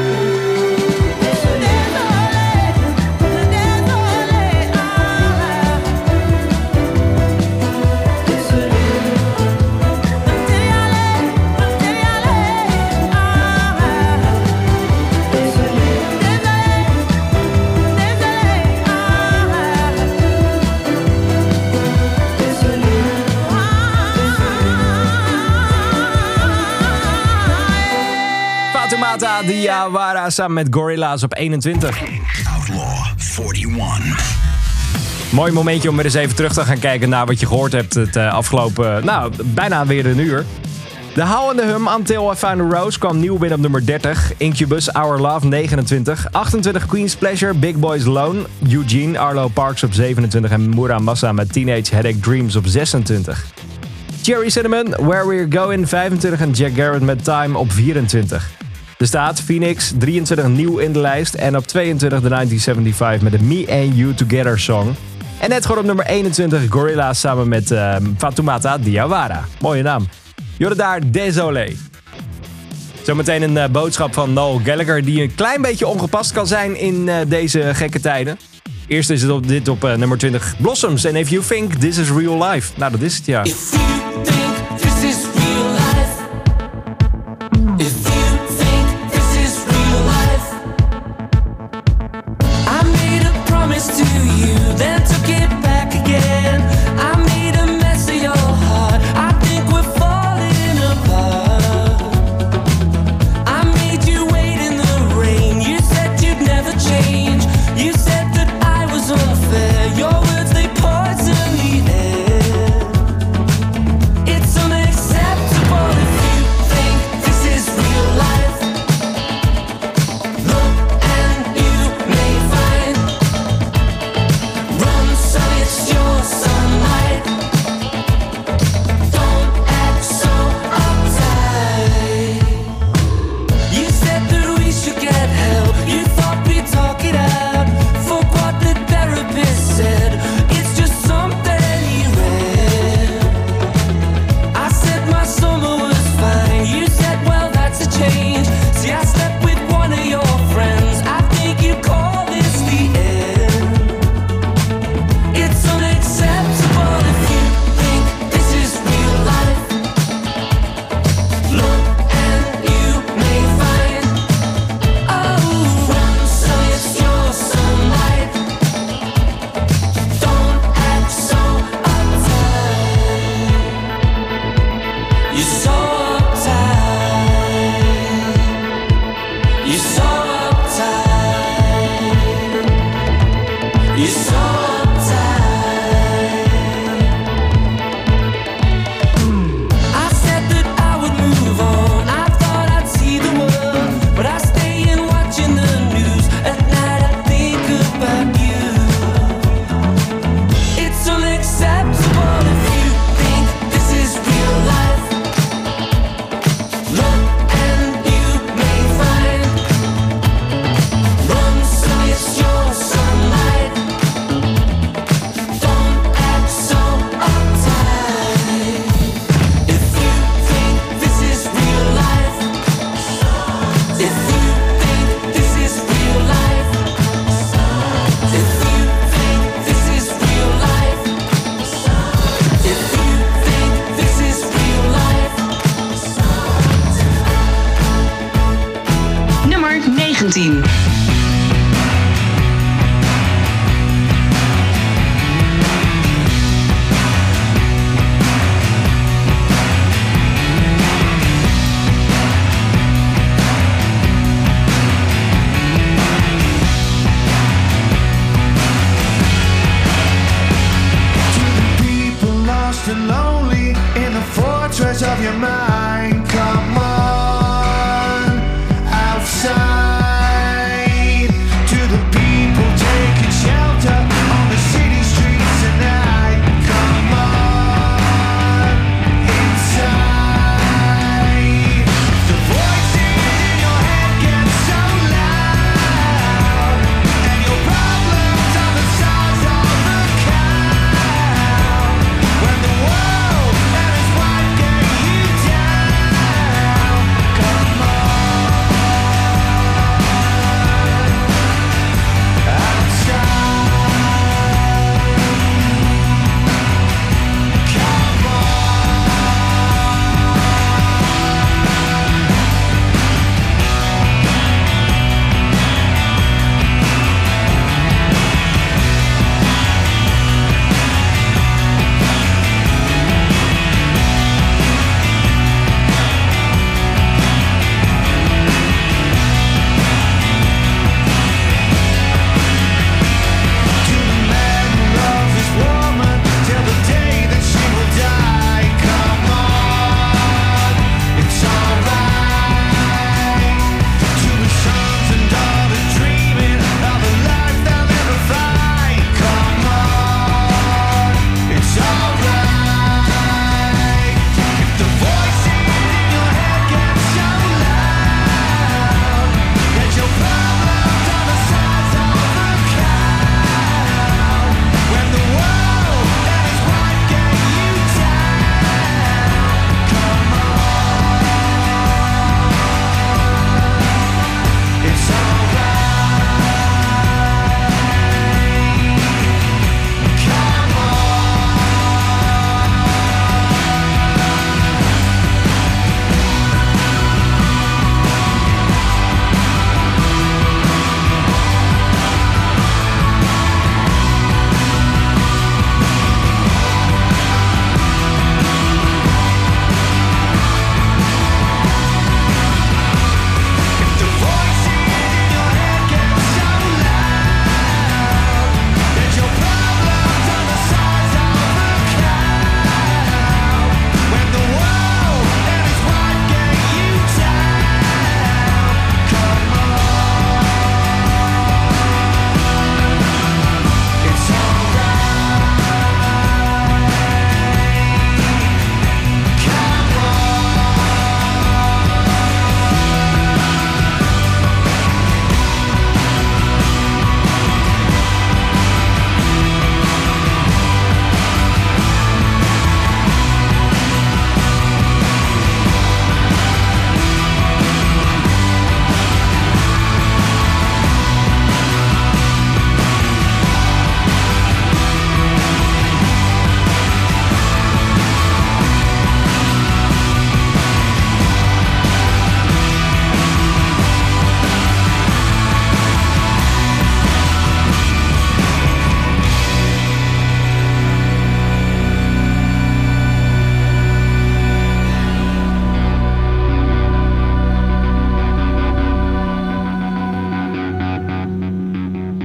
Speaker 3: Fatoumata Diawara samen met Gorillaz op eenentwintig.
Speaker 1: Outlaw eenenveertig.
Speaker 3: Mooi momentje om weer eens even terug te gaan kijken naar wat je gehoord hebt het uh, afgelopen, nou, bijna weer een uur. De houwende hum Until I Found a Rose kwam nieuw binnen op nummer dertig. Incubus, Our Love, negenentwintig. achtentwintig, Queen's Pleasure, Big Boys Alone. Eugene, Arlo Parks op zevenentwintig. En Muramasa met Teenage Headache Dreams op zesentwintig. Cherry Cinnamon, Where We're Going, vijfentwintig. En Jack Garrett met Time op vierentwintig. Er staat Phoenix, drieëntwintig, nieuw in de lijst. En op tweeëntwintig de negentien zevenenzeventig met de Me and You Together song. En net gewoon op nummer eenentwintig Gorillaz samen met uh, Fatoumata Diawara. Mooie naam. Jorde daar, Désolé. Zometeen een uh, boodschap van Noel Gallagher die een klein beetje ongepast kan zijn in uh, deze gekke tijden. Eerst is het op, dit op uh, nummer twintig Blossoms. En If You Think This Is Real Life. Nou, dat is het, ja.
Speaker 10: If you think this is real life. If you think this is real life. I made a promise to you, then took it back again. I made a mess of your heart. I think we're falling apart. I made you wait in the rain. You said you'd never change. You said that I was unfair. Your words, they poison the air. It's unacceptable if you think this is real life. Look and you may find. Run, son, it's your sunlight. Don't act so uptight. You said that we should get help. You thought we'd talk it out. Fuck what the therapist said. It's just something he read. I said my summer was fine. You said, well, that's a change. See, I slept with one of your friends. I think you call this the end. It's unacceptable if you think this is real life. Look and you may find. Oh, run, son, it's your sunlight. Don't act so uptight. You're so uptight. You're so uptight. You're so uptight. I said that I would move on. I thought I'd see the world, but I stay in watching the news. At night I think about you. It's unacceptable if you think this is real life. Look and you may find. Run, son, it's your sunlight. Don't act so uptight. If you think this is real life. If you think this is real life. If you think this is real life. If you think this is real life.
Speaker 2: Nummer negentien.
Speaker 11: People lost and lonely in the fortress of your mind. Come on, outside. To the people, take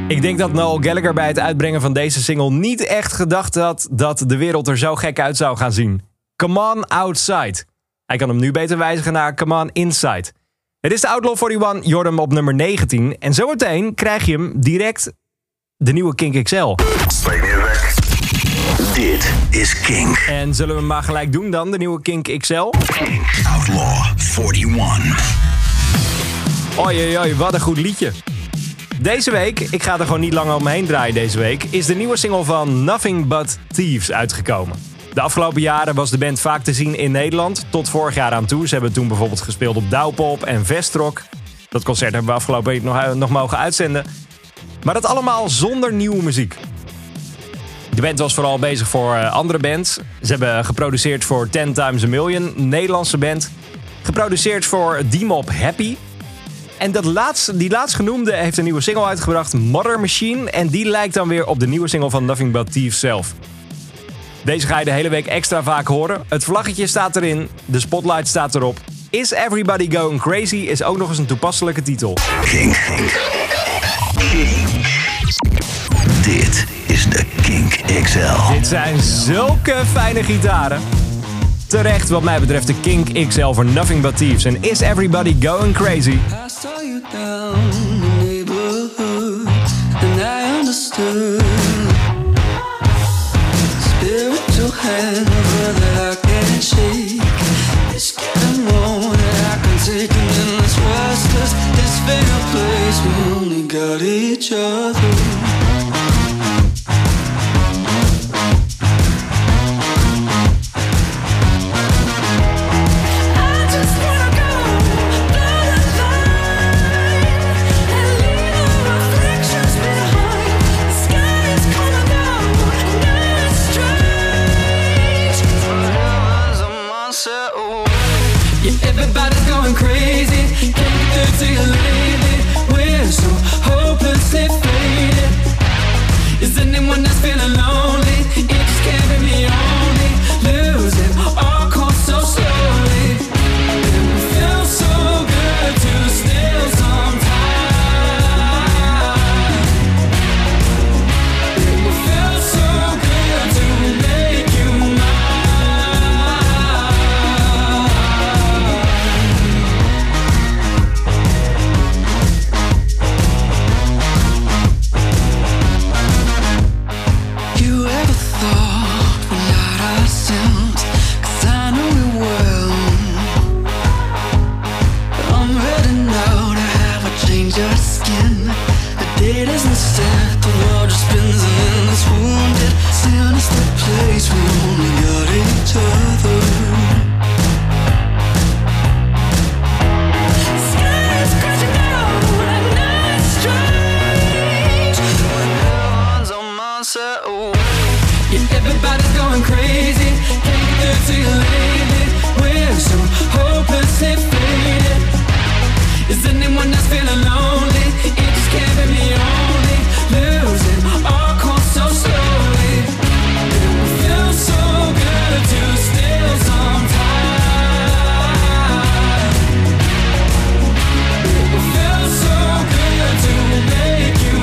Speaker 3: Ik denk dat Noel Gallagher bij het uitbrengen van deze single niet echt gedacht had dat de wereld er zo gek uit zou gaan zien. Come on outside. Hij kan hem nu beter wijzigen naar Come on inside. Het is de Outlaw eenenveertig, je hoort hem op nummer negentien. En zometeen krijg je hem direct de nieuwe Kink X L.
Speaker 1: Dit is Kink.
Speaker 3: En zullen we hem maar gelijk doen dan, de nieuwe Kink X L?
Speaker 1: Kink Outlaw eenenveertig.
Speaker 3: Oei, oei, oei, wat een goed liedje. Deze week, ik ga er gewoon niet lang om me heen draaien deze week, is de nieuwe single van Nothing But Thieves uitgekomen. De afgelopen jaren was de band vaak te zien in Nederland, tot vorig jaar aan toe. Ze hebben toen bijvoorbeeld gespeeld op Douwpop en Vestrock. Dat concert hebben we afgelopen week nog, nog mogen uitzenden. Maar dat allemaal zonder nieuwe muziek. De band was vooral bezig voor uh, andere bands. Ze hebben geproduceerd voor Ten Times a Million, een Nederlandse band. Geproduceerd voor D-Mob Happy. En dat laatste, die laatstgenoemde heeft een nieuwe single uitgebracht, Mother Machine. En die lijkt dan weer op de nieuwe single van Nothing But Thieves zelf. Deze ga je de hele week extra vaak horen. Het vlaggetje staat erin, de spotlight staat erop. Is Everybody Going Crazy is ook nog eens een toepasselijke titel.
Speaker 1: Kink. Kink. Dit is de Kink X L.
Speaker 3: Dit zijn zulke fijne gitaren. Terecht wat mij betreft de Kink X L voor Nothing But Thieves. En Is Everybody Going Crazy?
Speaker 9: I saw you down in the neighborhood, and I understood. Spiritual hand that I can't shake. It's getting more that I can take, and in this restless, this fair place, we only got each other.
Speaker 10: Everybody's going crazy, can't get through to you lately. We're so hopelessly faded. Is anyone that's feeling lonely? It just can't be me only. Losing our course so slowly. It feels so good to steal some time. It feels so good to make you mine. Your skin, the date isn't set, the world just spins, and in this wounded, sinister place, we only got each other. Sky is crashing down, and night is strange. When everyone's on my side, oh. Yeah, everybody's going crazy, can't get through to you lately. We're so hopelessly faded. Is anyone that's feeling lonely? It just can't be me only. Losing our course so slowly. It feels so good to steal some time. It feels so good to make you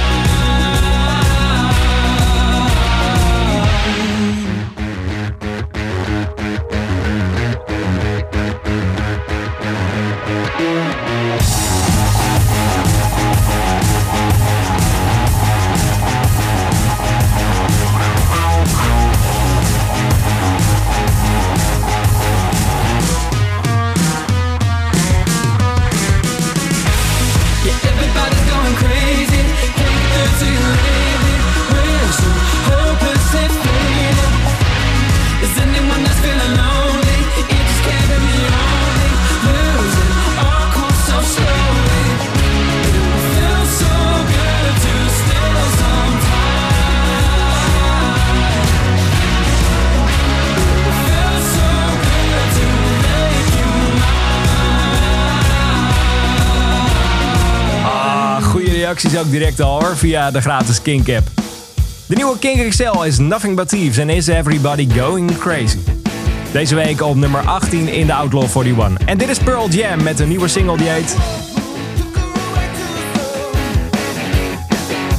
Speaker 3: reacties ook direct al hoor, via de gratis Kink app. De nieuwe Kink X L is Nothing But Thieves en Is Everybody Going Crazy. Deze week op nummer achttien in de Outlaw eenenveertig. En dit is Pearl Jam met een nieuwe single die heet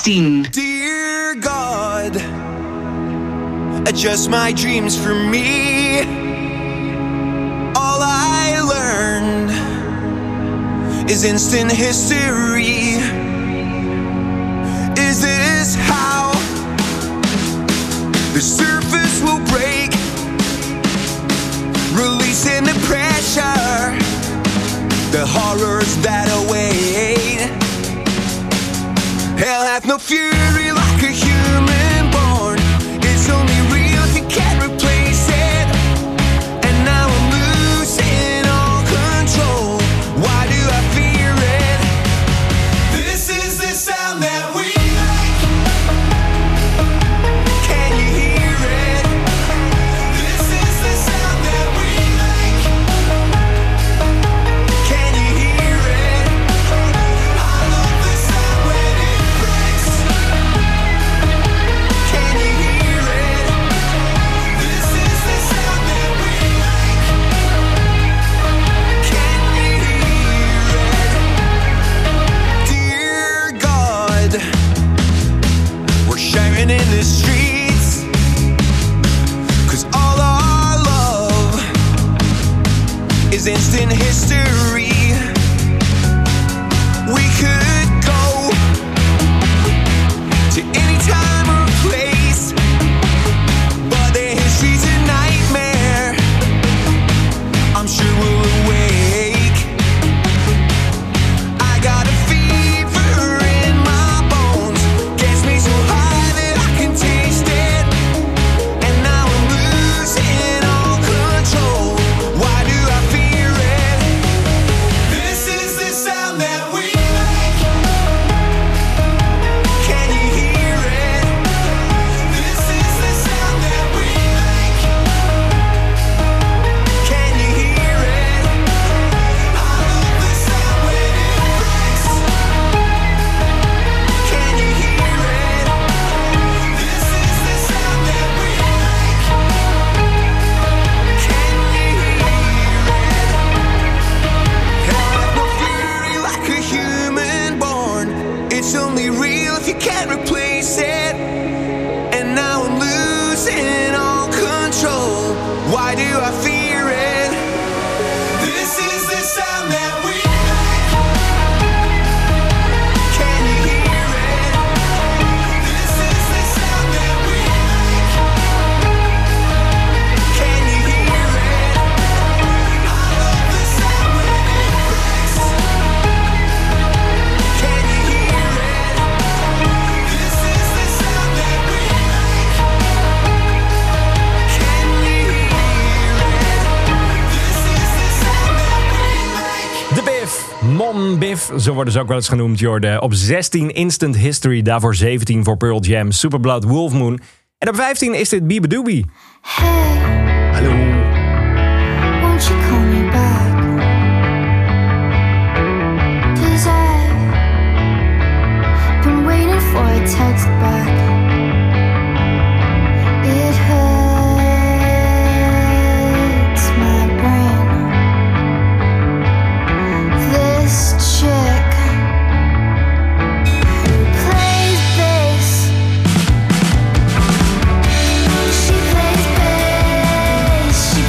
Speaker 2: zestien.
Speaker 12: Dear God, adjust my dreams for me. All I learned is instant history. Is this how the surface will break, releasing the pressure, the horrors that await? Hell hath no fury like a human born. It's only real if you can't replace it. And now I'm losing all control. Why do I fear it? This is the sound that we make. Can you hear it? This is the sound that we make. Can you hear it? I love the sound when it breaks. Can you hear it? This is the sound that we make. Can you hear it? Dear God, we're sharing in the streets, 'cause all our love is instant history. We could go to any time or place, but the history's a nightmare. I'm sure we'll awake. I got a fever in my bones, gets me so high that I can taste it. And now I'm losing all control. Why do I fear it? This is the sound that we make. Can you hear it? This is the sound that we make. Can you hear it? I love the sound when it breaks. Can you hear it? This is the sound that we make. Can you hear it? Hell hath no fury like a human born. It's only real if you can't replace it. And now I'm losing all control. Why do I fear it? This is the sound that we make. Can you hear it? This is the sound that we make. Can you hear it? I love the sound when it breaks. Can you hear it? This is the sound that we make. Can you hear it? This is the sound that we make.
Speaker 3: De Biff, Mon Biff, zo worden ze ook wel eens genoemd, Jorde. Op zestien Instant History, daarvoor zeventien voor Pearl Jam, Superblood, Wolf Moon. En op vijftien is dit Biba Doobie.
Speaker 5: Hey,
Speaker 3: Hallo.
Speaker 5: won't you call me back? 'Cause I've been waiting for a text back. It hurts my brain. This chick who plays bass, she plays bass, she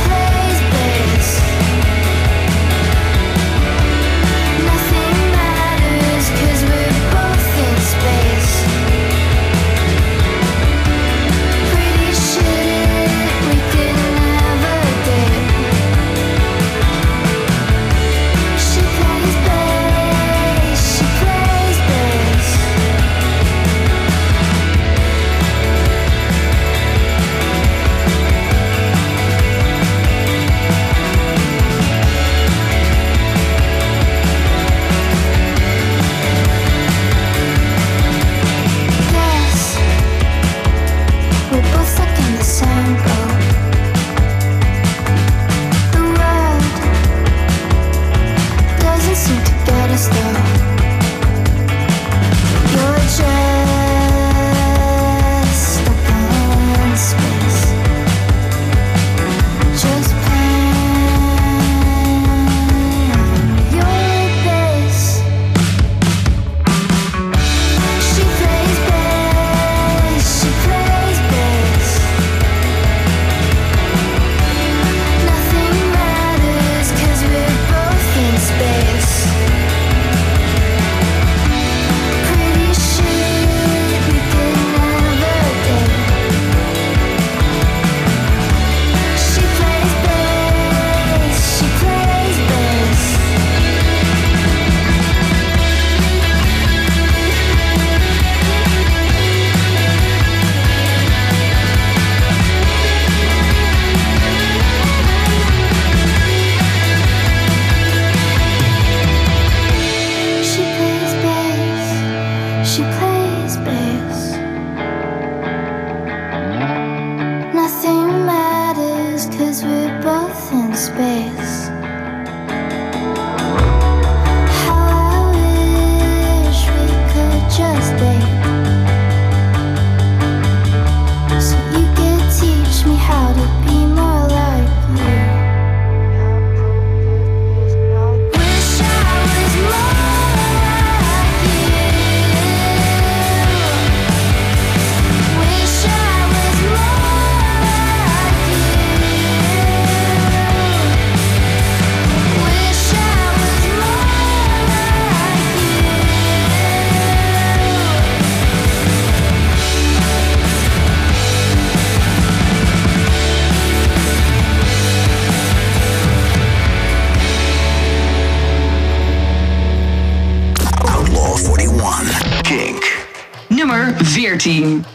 Speaker 2: veertien.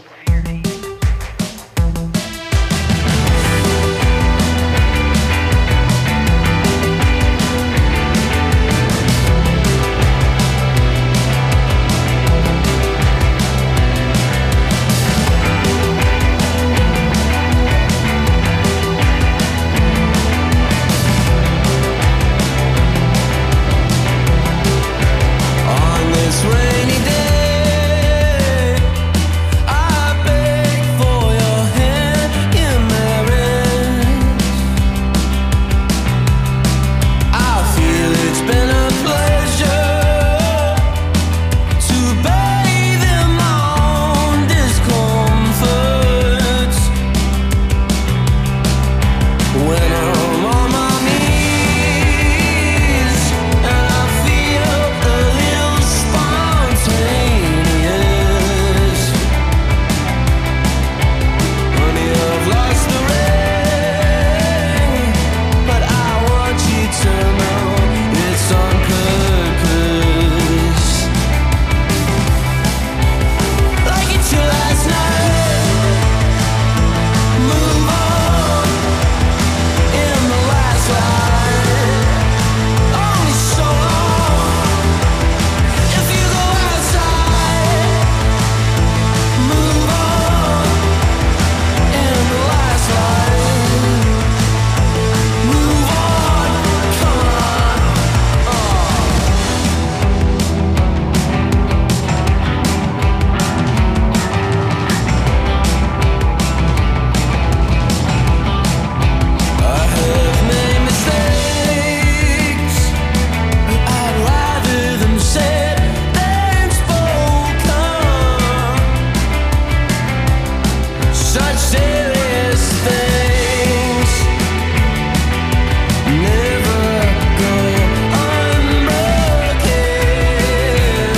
Speaker 10: On this rainy day, I beg for your hand in marriage. I feel it's been a pleasure to bathe in my own discomforts. When I'm on my knees and I feel a little spontaneous. Honey, I've lost the ring, but I want you to know it's on purpose. Like it's your last night. Move on in the last line. Only so long. If you go outside, move on in the last line. Move on, come on. I have made mistakes, but I'd rather them said than spoken. Such serious things never go unbroken.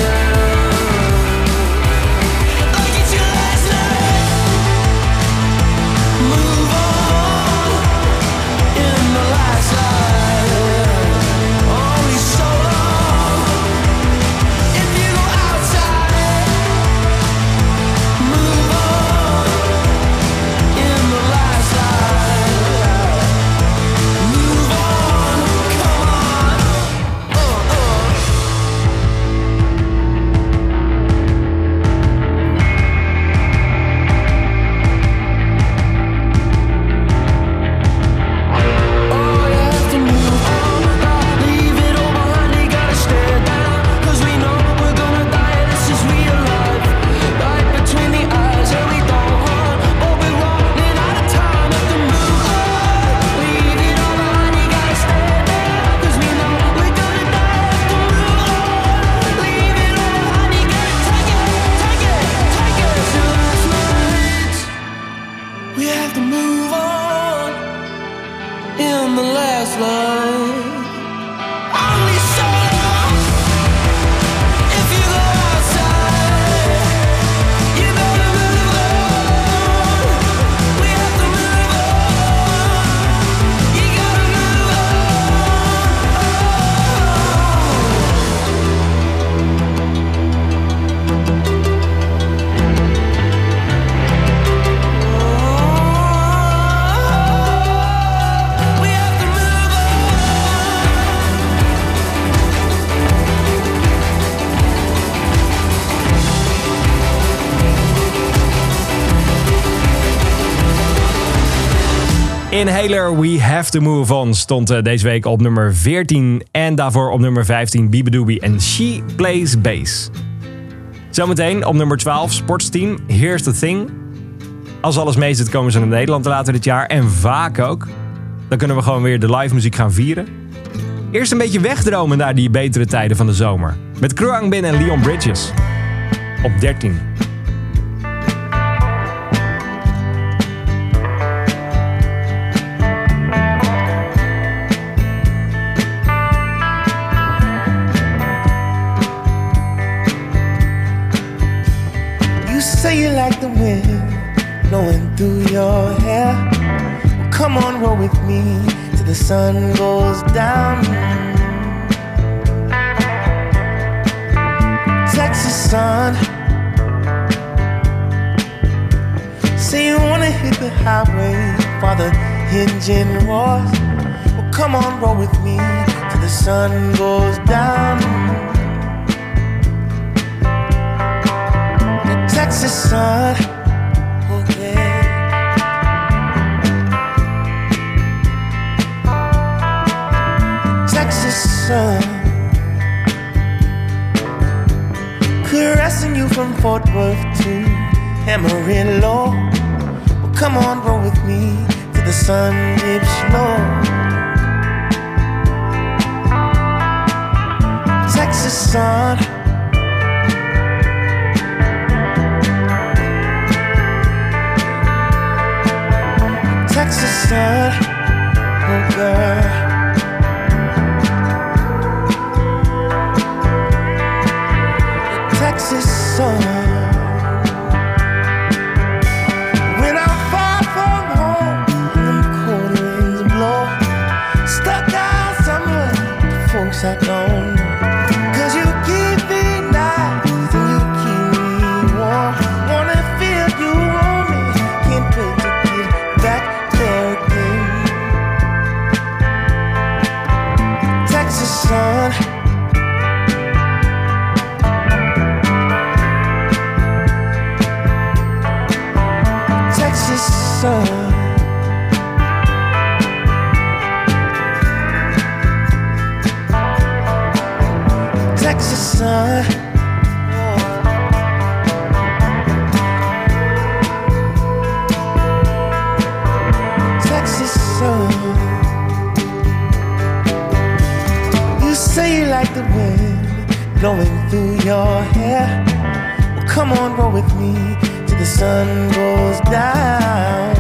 Speaker 10: Like it's your last night. Move on in the last line. Only so long. If you go outside, move on in the last line. Move on, come on. Uh, uh. Oh, you have to move on. Leave it all behind, you gotta stare down. 'Cause we know we're gonna die, this is real life. Right between the eyes, and we don't run. But we're running out of time, have to move on. Leave it all behind, you gotta stare down. 'Cause we know we're gonna die, have to move on. Leave it all behind, you gotta take it, take it, take it. It's your last night. We have to move on in the last line. Only so long. If you go outside, you gotta move on. We have to move on. You gotta move on. We have to move
Speaker 3: Inhaler, We Have To Move On stond uh, deze week op nummer veertien. En daarvoor op nummer vijftien Beabadoobie en She Plays Bass. Zometeen op nummer twaalf Sportsteam, Here's The Thing. Als alles mee zit komen ze naar Nederland later dit jaar. En vaak ook. Dan kunnen we gewoon weer de live muziek gaan vieren. Eerst een beetje wegdromen naar die betere tijden van de zomer. Met Kruang Bin en Leon Bridges. Op dertien.
Speaker 13: Say you like the wind blowing through your hair. Well, come on, roll with me till the sun goes down. Texas sun, say you wanna hit the highway while the engine roars. Well, come on, roll with me till the sun goes down. The Texas sun, oh yeah. Texas sun, caressing you from Fort Worth to Amarillo. Well, come on, roll with me till the sun dips low. Texas sun, Texas sun, oh girl. Texas sun. When I'm far from home and the cold winds blow, stuck out somewhere, the folks I don't know. 'Cause you keep me nice and you keep me warm. Wanna feel you on me, can't wait to get back there again. Texas sun. Texas sun, Texas sun, Texas sun. You say you like the wind blowing through your hair. Well, come on, roll with me till the sun goes down.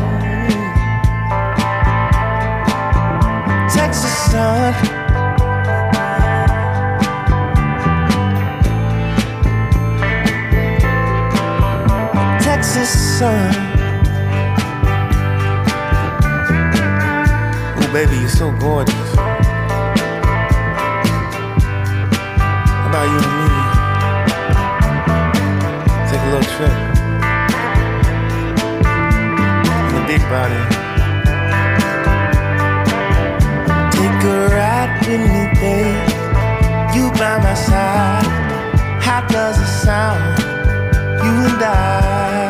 Speaker 13: Texas sun, Texas sun. Oh baby, you're so gorgeous. How about you and me? Take a little trip. Big body. Take a ride with me, babe. You by my side. How does it sound? You and I.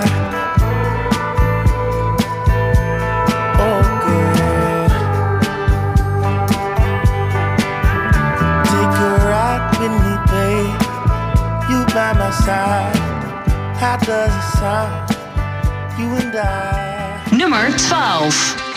Speaker 13: Oh, girl. Take a ride with me, babe. You by my side. How does it sound? You and I.
Speaker 2: Nummer twaalf.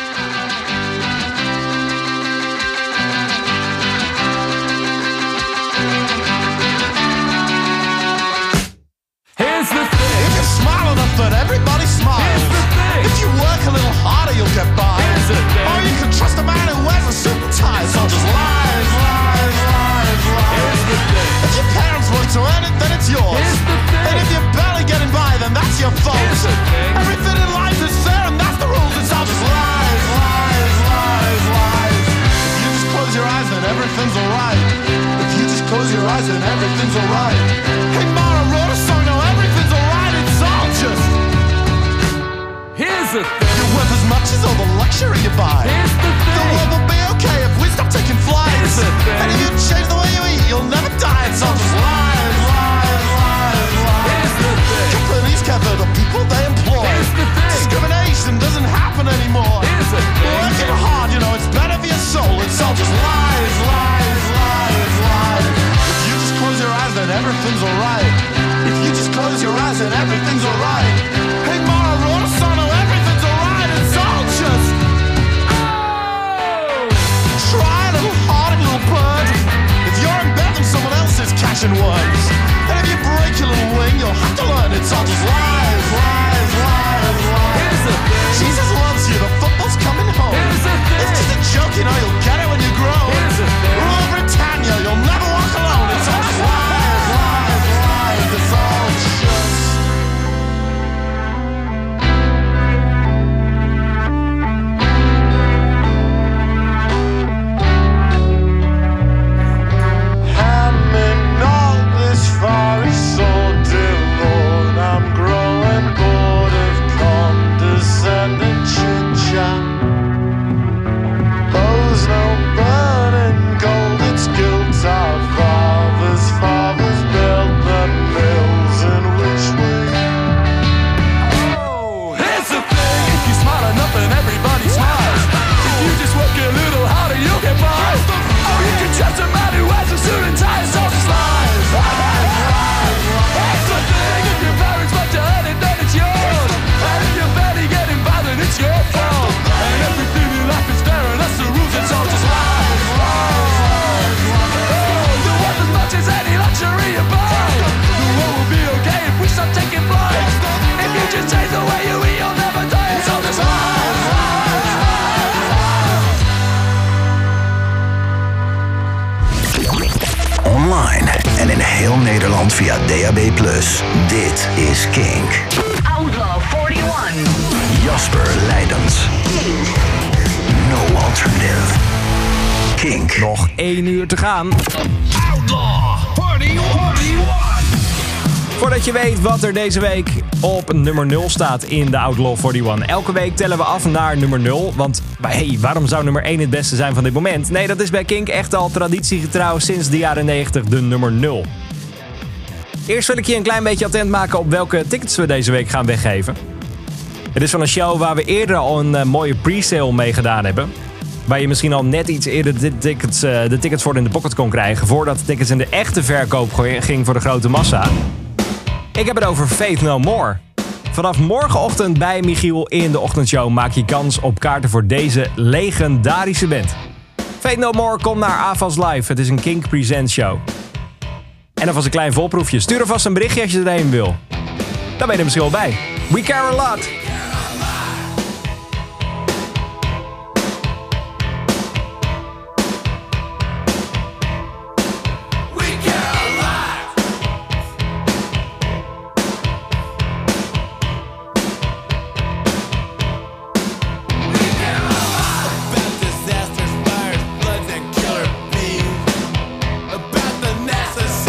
Speaker 14: Here's the thing. If you smile enough that everybody smiles. Here's the thing. If you work a little harder, you'll get by. Here's the thing. Or you can trust a man who wears a suit and tie. It's all just lies, lies, lies, lies. Here's the thing. If your parents work to earn it, then it's yours. Here's the thing. And if you're barely getting by, then that's your fault. Here's the thing. Everything in life is fair, and that's the rules. It's all just lies, lies, lies, lies. If you just close your eyes, then everything's alright. If you just close your eyes, then everything's alright. Hey, Mara wrote a song, now everything's alright. It's all just. Here's the thing. You're worth as much as all the luxury you buy. Here's the thing. The world will be okay if we stop taking flights. Here's the thing. And if you change the way you eat, you'll never die. It's all just lies, lies, lies, lies. Here's the thing. Companies cover the people they employ. Here's the thing. Discrimination doesn't happen anymore. Here's the thing. Working hard, you know, it's better for your soul. It's all just lies, lies, lies, lies. If you just close your eyes, then everything's alright. If you just close your eyes, then everything's alright. Hey, Mara wrote a song, now everything's alright. It's all just. Oh! Try a little harder, little bird. If you're in bed, then someone else is catching worms. And if you break your little wing, you'll have to learn it's all just lies, lies, lies, lies. Here's the thing. Jesus loves you, the football's coming home. Here's the thing. It's just a joke, you know, you'll get it when you grow. Here's the thing. Rule Britannia, you'll never walk alone. It's all just lies, lies, lies. It's all just.
Speaker 11: Far is so dear Lord, I'm growing.
Speaker 8: make it a little harder, you can buy. Oh, you can trust a man who has a suit and tie, so just lies. It's the thing, if your parents want to earn it, then it's yours. And if you're barely getting by, then it's your fault. And everything in life is fair, and that's the rules, it's all just lies. Oh, you're worth as much as any luxury you buy. The world will be okay if we stop taking flight. If you just change the way you eat, you'll never die, it's all just lies.
Speaker 1: Online en in heel Nederland via D A B plus. Dit is Kink.
Speaker 2: Outlaw eenenveertig.
Speaker 1: Jasper Leidens. No alternative. Kink.
Speaker 3: Nog één uur te gaan.
Speaker 1: Outlaw eenenveertig.
Speaker 3: Voordat je weet wat er deze week op nummer nul staat in de Outlaw eenenveertig. Elke week tellen we af naar nummer nul. Want hey, waarom zou nummer één het beste zijn van dit moment? Nee, dat is bij Kink echt al traditiegetrouw sinds de jaren negentig de nummer nul. Eerst wil ik je een klein beetje attent maken op welke tickets we deze week gaan weggeven. Het is van een show waar we eerder al een uh, mooie pre-sale mee gedaan hebben. Waar je misschien al net iets eerder de tickets, uh, de tickets voor in de pocket kon krijgen. Voordat de tickets in de echte verkoop ging voor de grote massa. Ik heb het over Faith No More. Vanaf morgenochtend bij Michiel in de ochtendshow maak je kans op kaarten voor deze legendarische band. Faith No More komt naar A F A S Live. Het is een Kink Presents show. En alvast een klein volproefje. Stuur er vast een berichtje als je erheen wil. Dan ben je er misschien wel bij. We care a lot.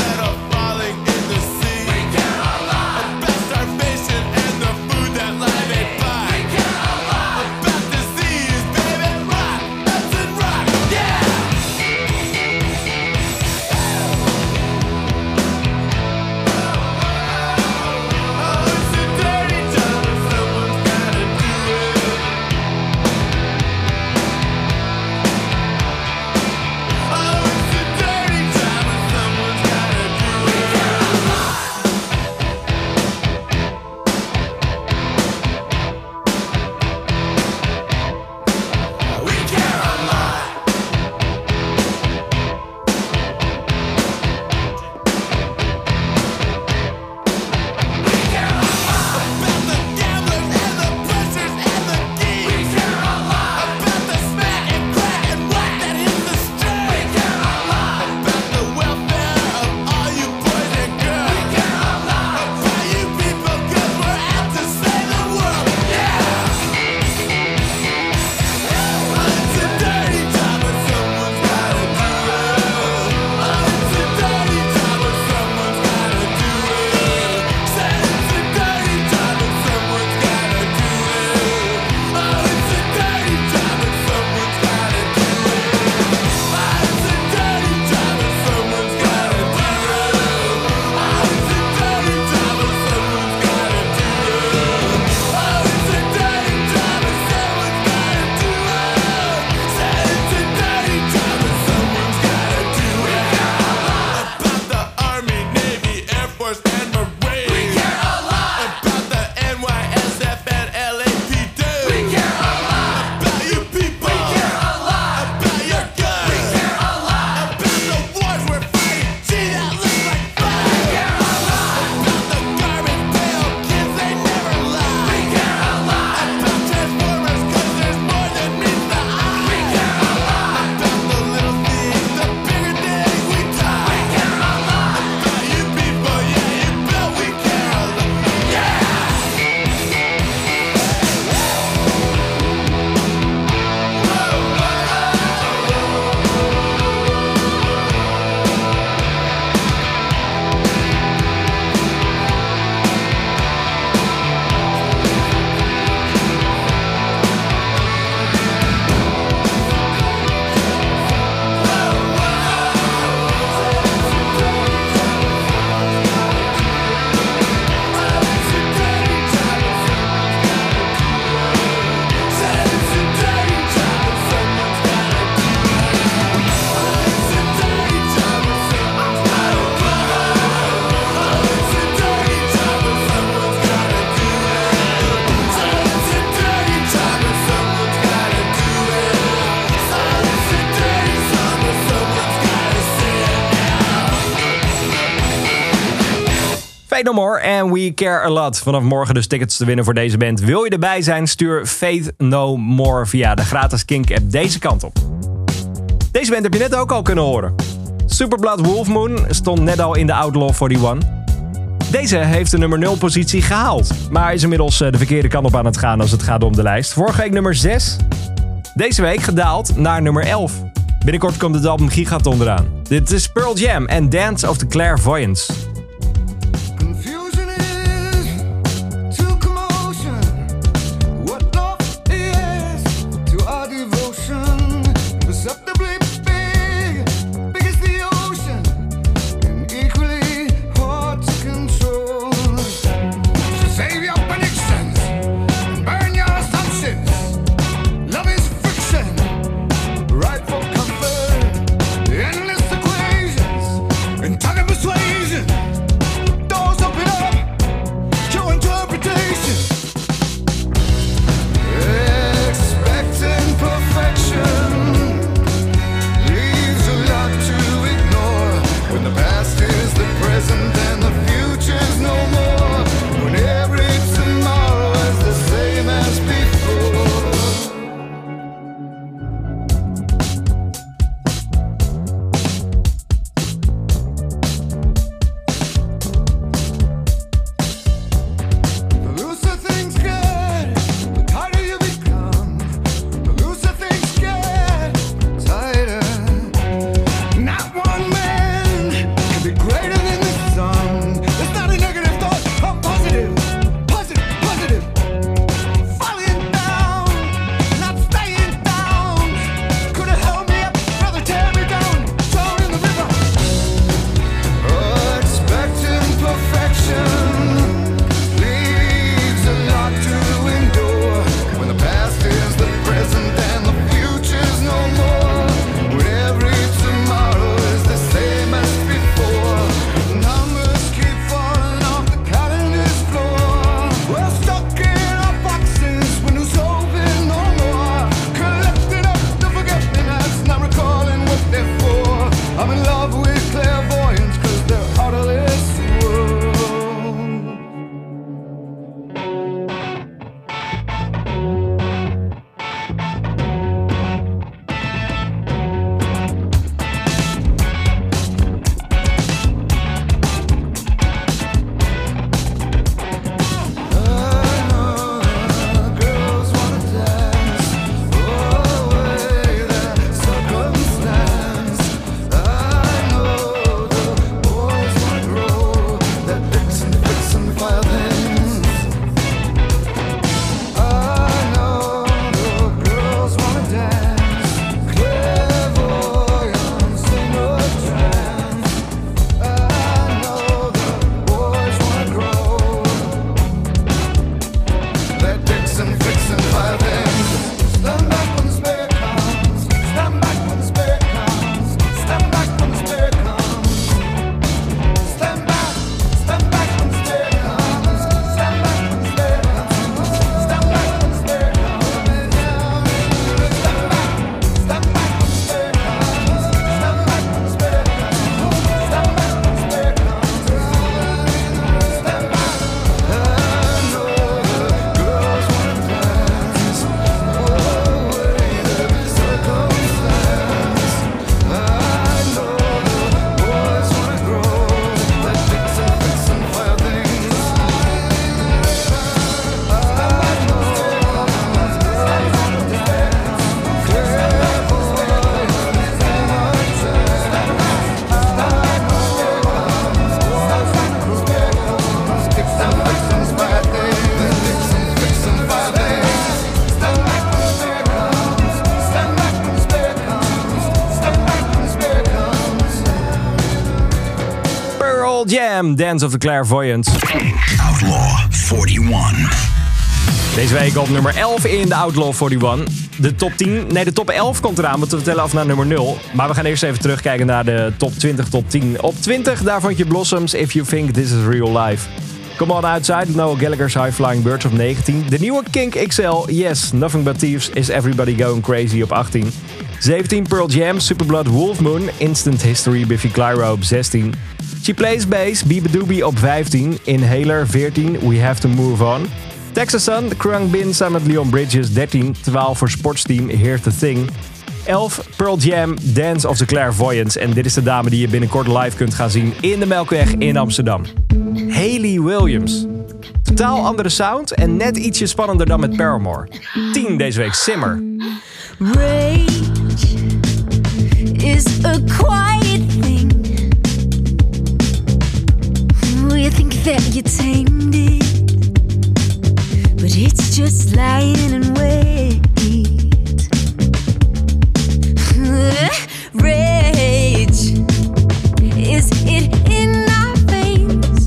Speaker 7: Starvation and the food that life
Speaker 3: Fate No More en We Care A Lot. Vanaf morgen dus tickets te winnen voor deze band. Wil je erbij zijn? Stuur Fate No More via de gratis Kink-app deze kant op. Deze band heb je net ook al kunnen horen. Superblood Wolfmoon stond net al in de Outlaw eenenveertig. Deze heeft de nummer nul positie gehaald, maar is inmiddels de verkeerde kant op aan het gaan als het gaat om de lijst. Vorige week nummer zes, deze week gedaald naar nummer elf. Binnenkort komt het album Gigaton eraan. Dit is Pearl Jam en Dance of the Clairvoyants. Jam, Dance of the Clairvoyants.
Speaker 1: Outlaw eenenveertig.
Speaker 3: Deze week op nummer elf in de Outlaw eenenveertig. De top tien, nee de top elf komt eraan, want we vertellen af naar nummer nul. Maar we gaan eerst even terugkijken naar de top twintig, top tien. Op twintig, daar vond je Blossoms, If You Think This Is Real Life. Come On Outside, Noel Gallagher's High Flying Birds op negentien. De nieuwe Kink X L, Yes, Nothing But Thieves, Is Everybody Going Crazy op achttien. zeventien, Pearl Jam, Superblood Wolfmoon, Instant History, Biffy Clyro op zestien. She Plays Bass, Biba Doobie op vijftien. Inhaler veertien, We Have To Move On. Texas Sun, Krung Bin samen met Leon Bridges dertien. twaalf voor Sportsteam, Here's The Thing. elf, Pearl Jam, Dance of the Clairvoyants. En dit is de dame die je binnenkort live kunt gaan zien in de Melkweg in Amsterdam. Hayley Williams. Totaal andere sound en net ietsje spannender dan met Paramore. tien deze week, Simmer.
Speaker 5: Rage is a quiet thing. You think that you tamed it, but it's just lying in wait. Rage, is it in our veins?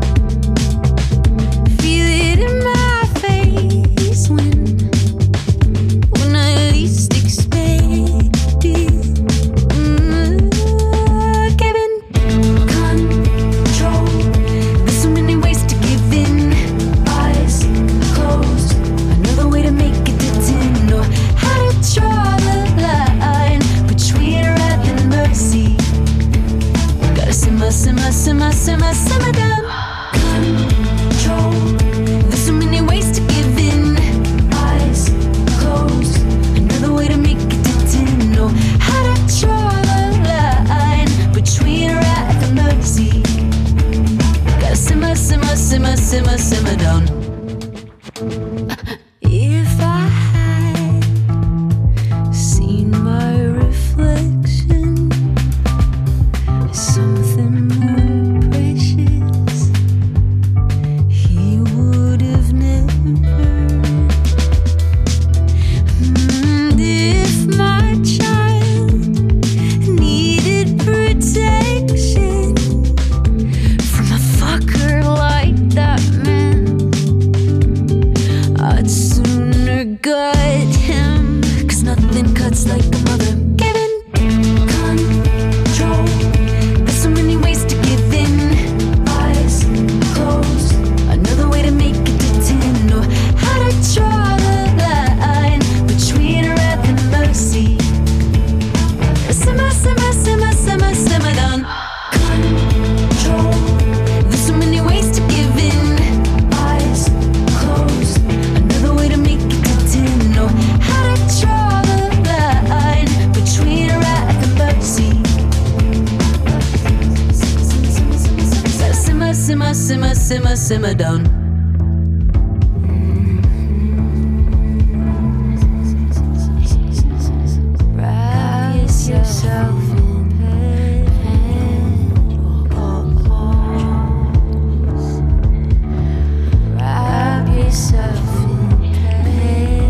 Speaker 5: Feel it in my face when, when I least expect it. Mm, Kevin, control. There's so many ways to give in. Eyes closed. Another way to make it to ten. Or how to draw the line between wrath and mercy. Gotta simmer, simmer, simmer, simmer, simmer down. Control. There's so many ways to give in. Eyes closed. Another way to make it to ten. Know how to draw the line between wrath and mercy. Gotta simmer, simmer, simmer, simmer, simmer down. If I had seen my reflection as something more precious, he would have never. And if my child needed protection from a fucker like that man, I'd sooner gut him, 'cause nothing cuts like a mother. Given control. There's so many ways to give in. Eyes closed. Another way to make it to ten. Know how to draw the line between wrath and mercy. Simmer, simmer, simmer, simmer, simmer down. Control. There's so many ways to give in. Eyes closed. Another way to make it to ten. Know how to draw the line between wrath and mercy. Simmer, simmer, simmer, simmer, simmer down. Wrap yourself in Wrap yourself in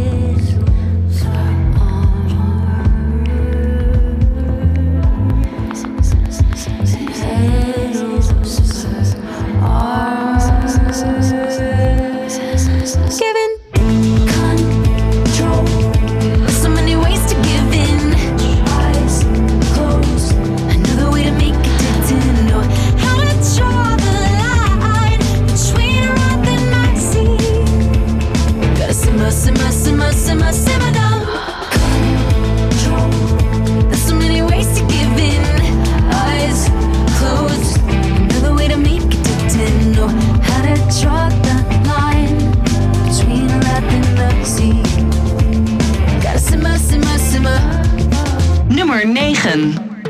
Speaker 5: Given control. There's so many ways to give in. Eyes closed. Another way to make it to ten. Know how to draw the line between wrath and mercy. Gotta simmer, simmer, simmer, simmer, simmer down. Control. There's so many ways to give in. Eyes closed. Another way to make it to ten. Know how to draw the line between wrath and mercy. Gotta simmer, simmer, simmer.
Speaker 2: Nummer negen.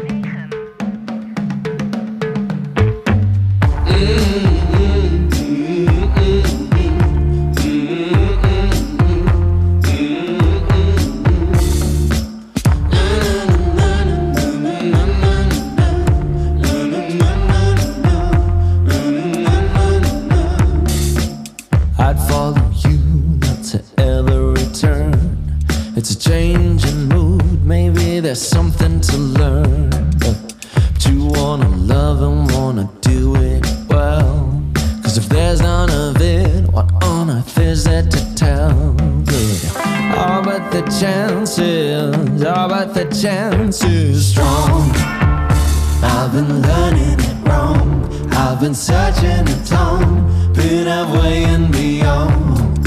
Speaker 10: I'd follow you, not to ever return. It's a change in mood, maybe there's something to learn. But you wanna love and wanna do it well. 'Cause if there's none of it, what on earth is there to tell? Yeah. Oh, but the chances, oh, but the chances strong. I've been learning it wrong. I've been searching at home, been halfway and beyond.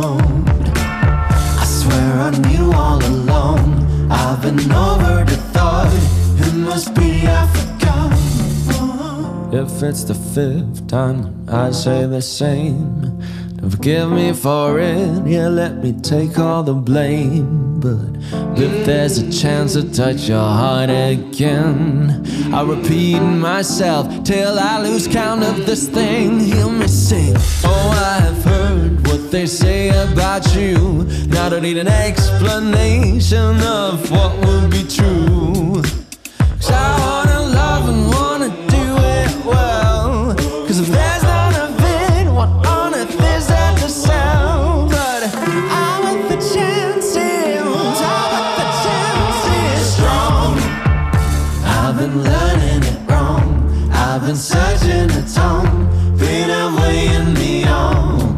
Speaker 10: I swear I knew all along. I've been over the thought, it must be I forgot.
Speaker 15: If it's the fifth time I say the same, forgive me for it, yeah, let me take all the blame. But if there's a chance to touch your heart again, I'll repeat myself till I lose count of this thing. Hear me sing. Oh, I've heard what they say about you. Now I don't need an explanation of what will be true. 'Cause I wanna love and wanna do it well. 'Cause if there's none of it, what on earth is there to sell? But I'm with the chances, I'm with the chances strong. I've been learning it wrong, I've been searching the tongue, been away in the own.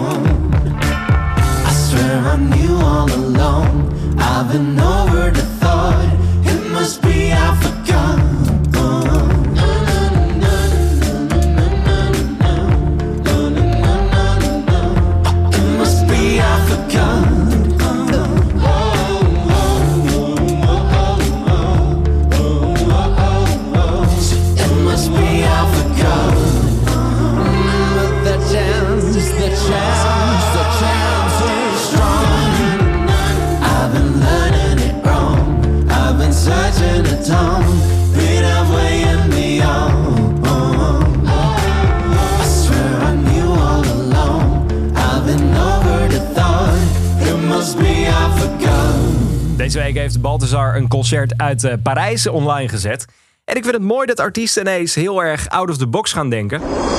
Speaker 15: I swear I knew all along, I've been over the thought, it must be I forgot.
Speaker 3: Deze week heeft Balthazar een concert uit uh, Parijs online gezet. En ik vind het mooi dat artiesten ineens heel erg out of the box gaan denken.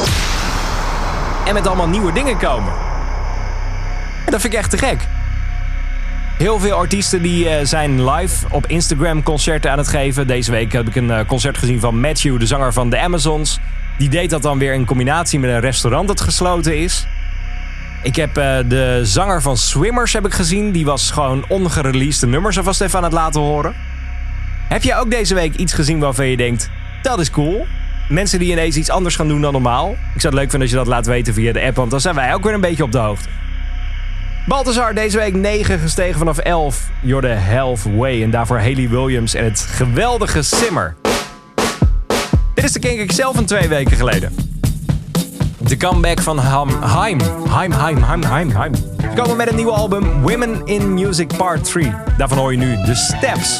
Speaker 3: En met allemaal nieuwe dingen komen. En dat vind ik echt te gek. Heel veel artiesten die uh, zijn live op Instagram concerten aan het geven. Deze week heb ik een uh, concert gezien van Matthew, de zanger van de Amazons. Die deed dat dan weer in combinatie met een restaurant dat gesloten is. Ik heb uh, de zanger van Swimmers heb ik gezien. Die was gewoon ongereleased nummers alvast even aan het laten horen. Heb jij ook deze week iets gezien waarvan je denkt, dat is cool? Mensen die ineens iets anders gaan doen dan normaal. Ik zou het leuk vinden als je dat laat weten via de app, want dan zijn wij ook weer een beetje op de hoogte. Balthazar deze week negen gestegen vanaf elf. You're the Halfway. En daarvoor Hayley Williams en het geweldige Simmer. Dit is de Kink X L van twee weken geleden. De comeback van Ham, Haim. Haim, Haim, Haim, Haim, Haim. Ze komen met een nieuwe album Women in Music Part drie. Daarvan hoor je nu The Steps.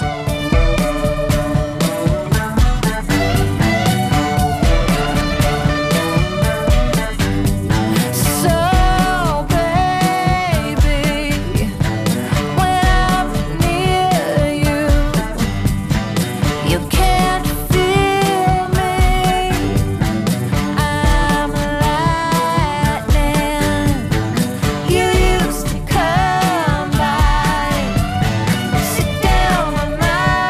Speaker 5: Come by, sit down on my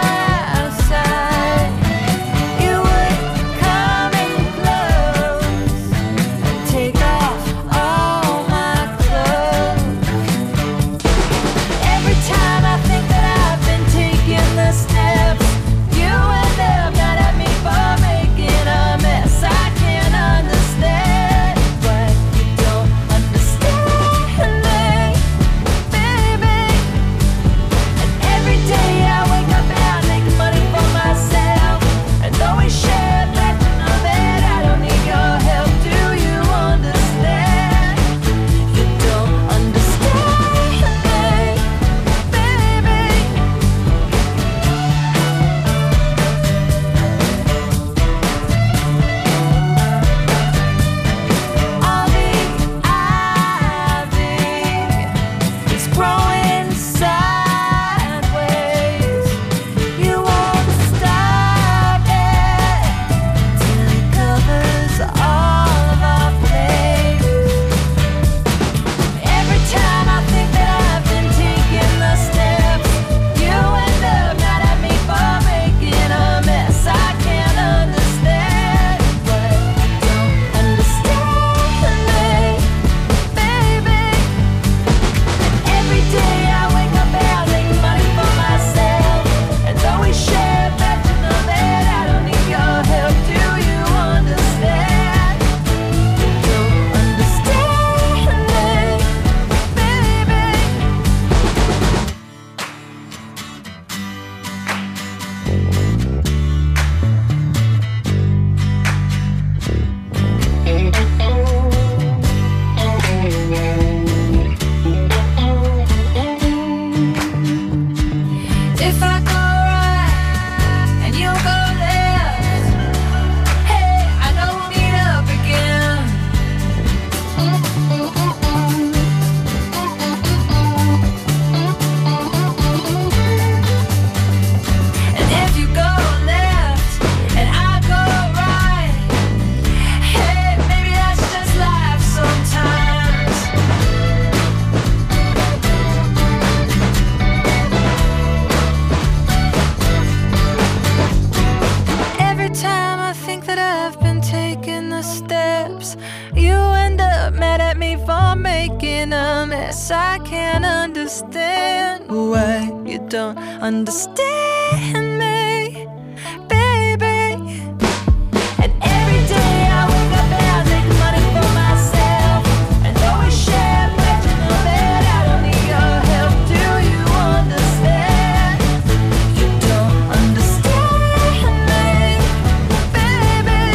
Speaker 16: 'cause I can't understand why you don't understand me, baby. And every day I wake up and I take money for myself, and though we share a bed, you know that I don't need your help. Do you understand? You don't understand me, baby.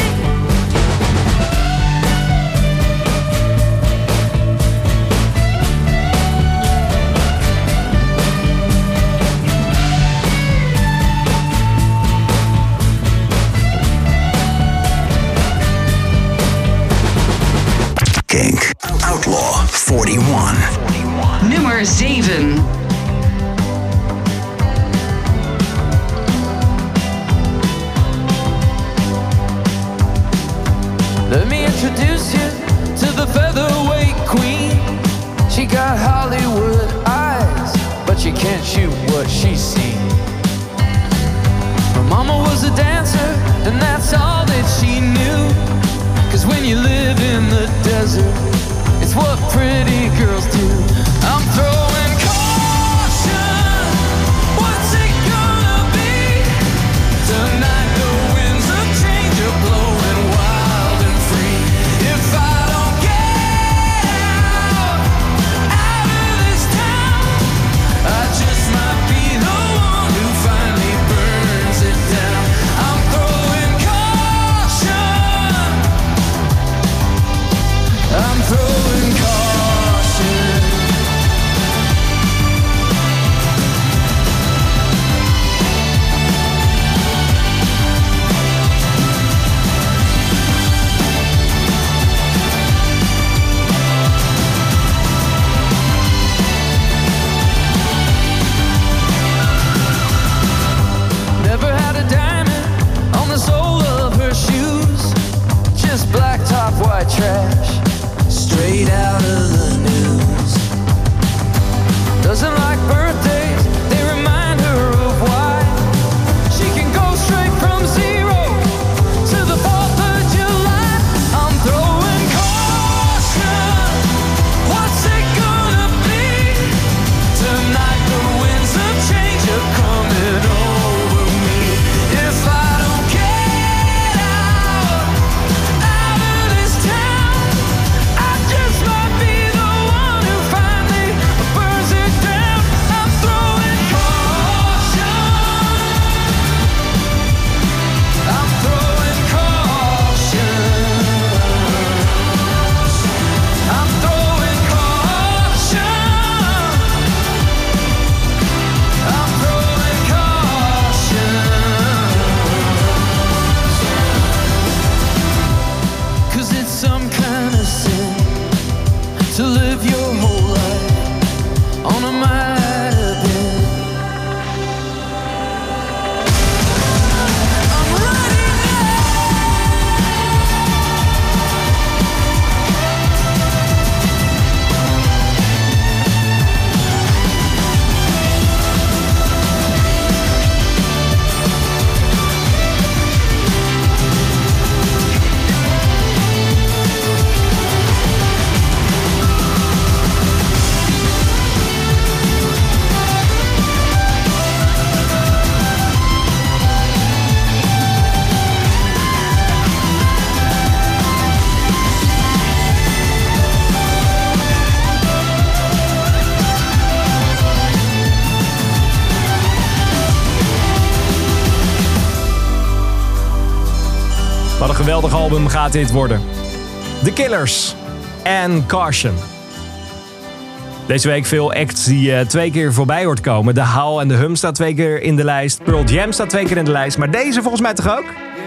Speaker 1: Kink. Outlaw forty-one.
Speaker 2: Nummer zeven.
Speaker 9: Let me introduce you to the featherweight queen. She got Hollywood eyes, but you can't shoot what she's seen. Her mama was a dancer, and that's all that she knew. 'Cause when you live in the desert, it's what pretty girls do. I'm throwing caution. What's it gonna be? Tonight the winds of change are blowing wild and free. If I don't get out, out of this town, I just might be the one who finally burns it down. I'm throwing caution. I'm throwing caution. Never had a diamond on the sole of her shoes. Just black top, white trash, straight out of the news. Doesn't like birthdays, they remind her of why. She can go straight from zero to the fourth of July. I'm throwing caution. What's it gonna be? Tonight the winds of change are coming over me. If I don't get out, out of this town, I just might be the one who finally burns it down. I'm throwing caution. I'm throwing caution. I'm throwing caution. I'm throwing caution. 'Cause it's some kind of sin to live your whole life on a might have been. I'm ready
Speaker 3: Wat een geweldig album gaat dit worden. The Killers en Caution. Deze week veel acts die uh, twee keer voorbij hoort komen. De Howl en de Hum staat twee keer in de lijst. Pearl Jam staat twee keer in de lijst. Maar deze volgens mij toch ook?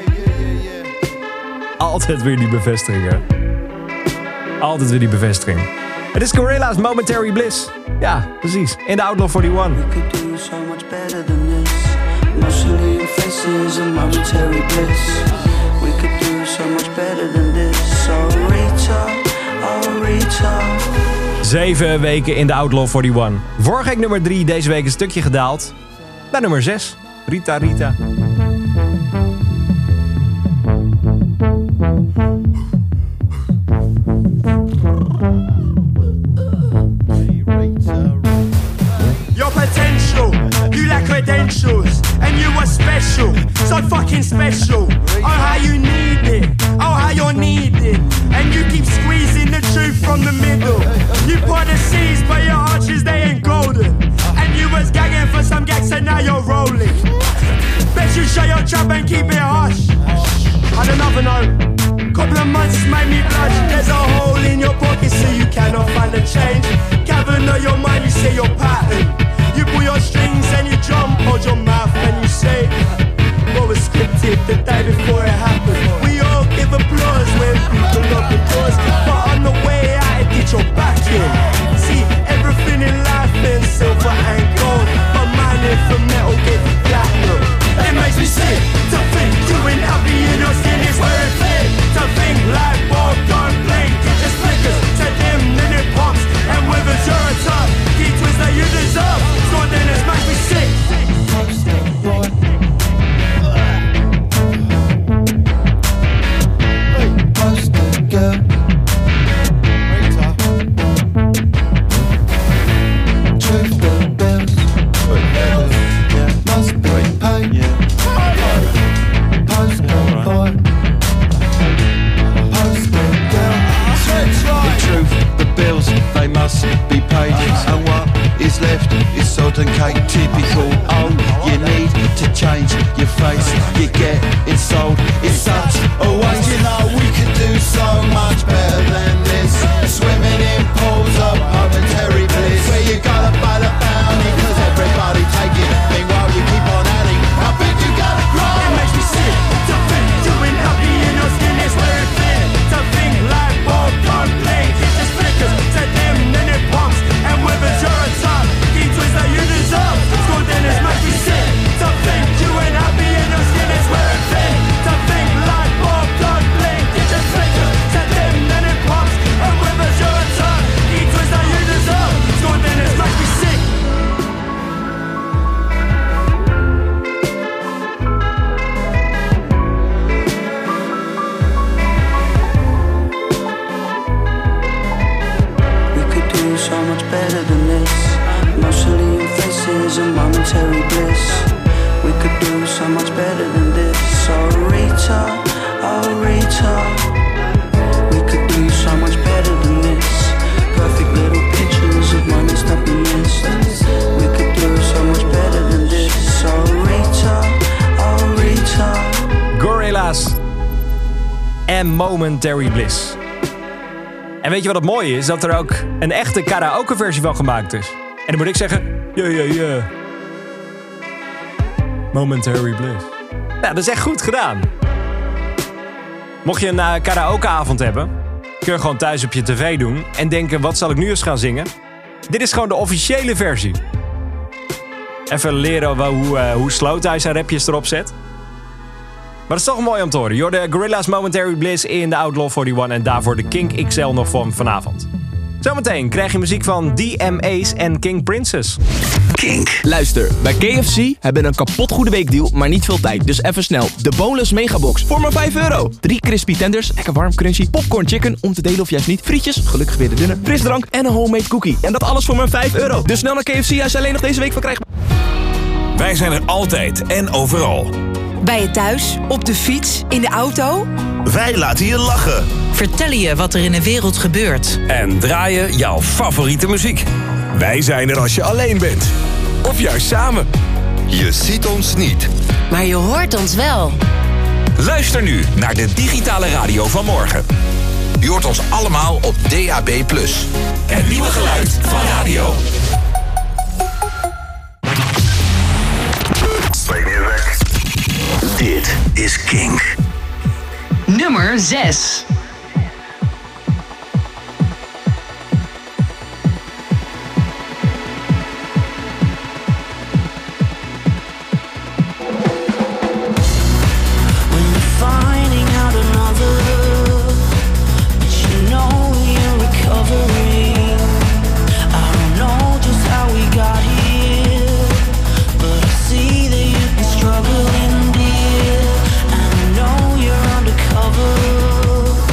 Speaker 3: Altijd weer die bevestiging, hè? Altijd weer die bevestiging. Het is Gorilla's Momentary Bliss. Ja, precies. In de Outlaw forty-one.
Speaker 17: We could do so much better than this. Emotionally your faces and momentary bliss. We could do so much better than this. So reach up, oh reach up.
Speaker 3: Zeven weken in de Outlaw forty-one. Vorige week nummer drie, deze week een stukje gedaald. Naar nummer zes. Rita Rita.
Speaker 18: credentials, and you were special, so fucking special. Oh, how you need it, oh, how you're needed, and you keep squeezing the truth from the middle. You pour the seas, but your arches, they ain't golden. And you was gagging for some gags, and now you're rolling. Bet you shut your trap and keep it hush. On another note, couple of months made me blush. There's a hole in your pocket, so you cannot find a change. Gather your mind, you say your pattern. You pull your strings and you drum, hold your mouth and you say what was scripted the day before it happened. We all give applause when people open doors, but on the way out, it did your back in. See, everything in life is silver and gold, but mine is for metal, get platinum. It makes me sick to think you ain't happy in your skin is where it fit. To think like ball gone blank, it just flickers. To them, then it pops, and withers you're a top. Key twist that you deserve, so then it makes me sick.
Speaker 13: Poster girl. Truth the bills. Yeah, must be paid. Poster boy. Poster girl.
Speaker 19: The truth, the bills, they must be paid. And what is left is sod and cake. Typical. Oh, you need to change your face. You get insulted. It's such a waste.
Speaker 13: You know we could do so much better than this. Swimming in pools of momentary bliss, where you gotta buy the bounty, cause everybody taking it. Meanwhile you keep on adding, I bet you gotta grow.
Speaker 18: It makes me sick to think you ain't happy in your skin is where it fit. To think like ball gone blank, it just flickers. To them, then it pumps, and withers you're a top. Key twist that you deserve, so then it makes me sick to think you ain't happy in your skin is where it fit. To think like ball gone blank, it just flickers. To them, then it pumps, and withers you're a top. Key twist that you deserve, so then it makes me sick.
Speaker 17: We could do so much better than this. Emotionally in faces and momentary bliss. We could do so much better than this. So Rita, oh Rita. We could do so much better than this. Perfect little pictures of moments that we missed. We could do so much better than this. So Rita, oh Rita.
Speaker 3: Gorillaz en Momentary Bliss. En weet je wat het mooie is? Dat er ook een echte karaoke versie van gemaakt is. En dan moet ik zeggen, yeah, yeah, yeah. Momentary Bliss. Nou, dat is echt goed gedaan. Mocht je een uh, karaokeavond hebben, kun je gewoon thuis op je tv doen en denken, wat zal ik nu eens gaan zingen? Dit is gewoon de officiële versie. Even leren hoe, uh, hoe Slowthai zijn rapjes erop zet. Maar dat is toch mooi om te horen. Je hoorde Gorillaz Momentary Bliss in de Outlaw eenenveertig en daarvoor de Kink X L nog van vanavond. Zometeen krijg je muziek van D M A's en King Princess.
Speaker 20: Kink. Luister, bij K F C hebben we een kapot goede weekdeal, maar niet veel tijd. Dus even snel. De Boneless Megabox voor maar vijf euro. Drie crispy tenders, lekker warm crunchy, popcorn chicken om te delen of juist niet. Frietjes, gelukkig weer de dunne, frisdrank en een homemade cookie. En dat alles voor maar vijf euro. Dus snel naar K F C als je alleen nog deze week verkrijgt.
Speaker 21: Wij zijn er altijd en overal.
Speaker 22: Bij je thuis, op de fiets, in de auto.
Speaker 21: Wij laten je lachen.
Speaker 22: Vertellen je wat er in de wereld gebeurt.
Speaker 21: En draaien jouw favoriete muziek. Wij zijn er als je alleen bent. Of juist samen. Je ziet ons niet.
Speaker 22: Maar je hoort ons wel.
Speaker 21: Luister nu naar de digitale radio van morgen. Je hoort ons allemaal op D A B plus. Het nieuwe geluid van radio.
Speaker 1: Dit is Kink.
Speaker 2: Nummer zes.
Speaker 10: Struggling, dear, and I know you're undercover.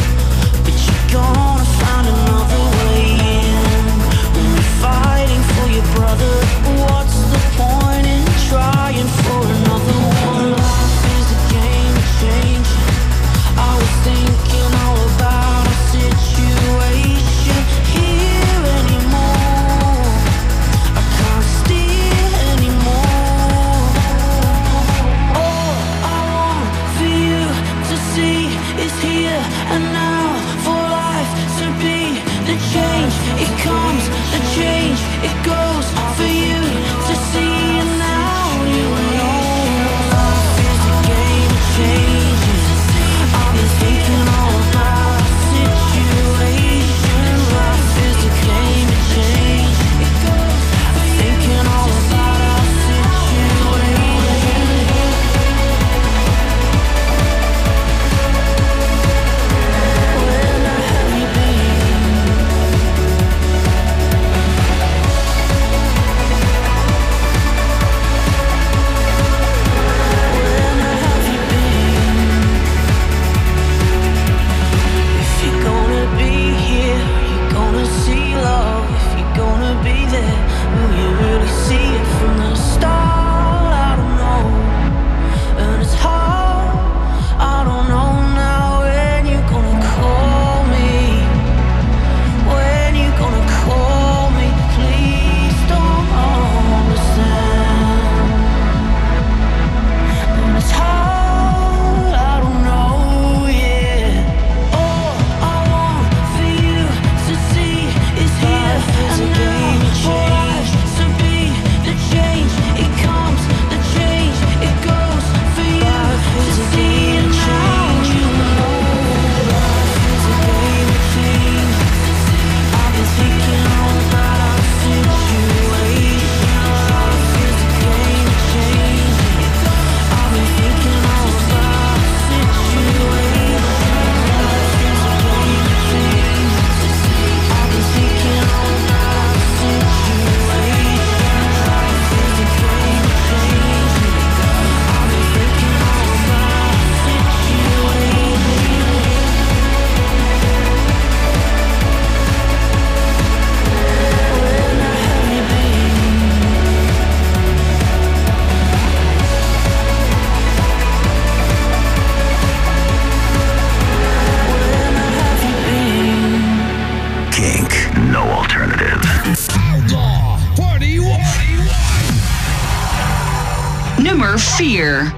Speaker 2: Nummer vier.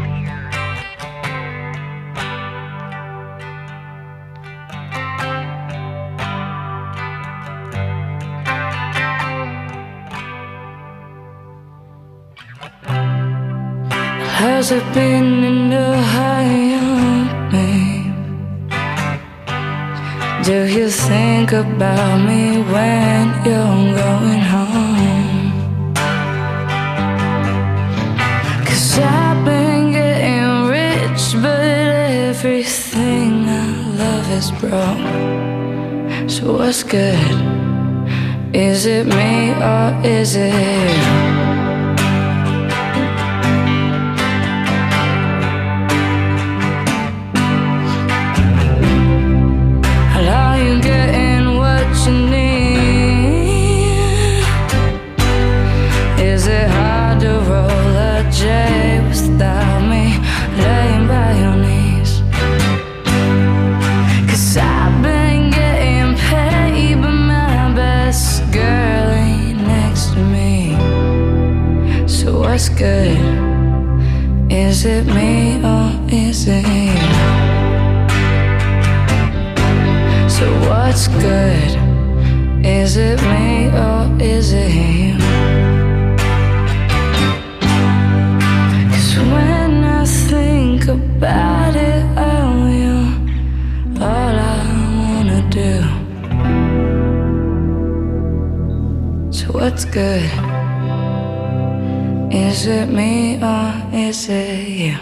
Speaker 4: Has it been in the high of me? Do you think about me when you're going home? 'Cause I've been getting rich, but everything I love is broke. So what's good? Is it me or is it you? What's good? Is it me or is it you? So what's good? Is it me or is it you? 'Cause when I think about it, oh, you're all I wanna do. So what's good? Is it me or is it you?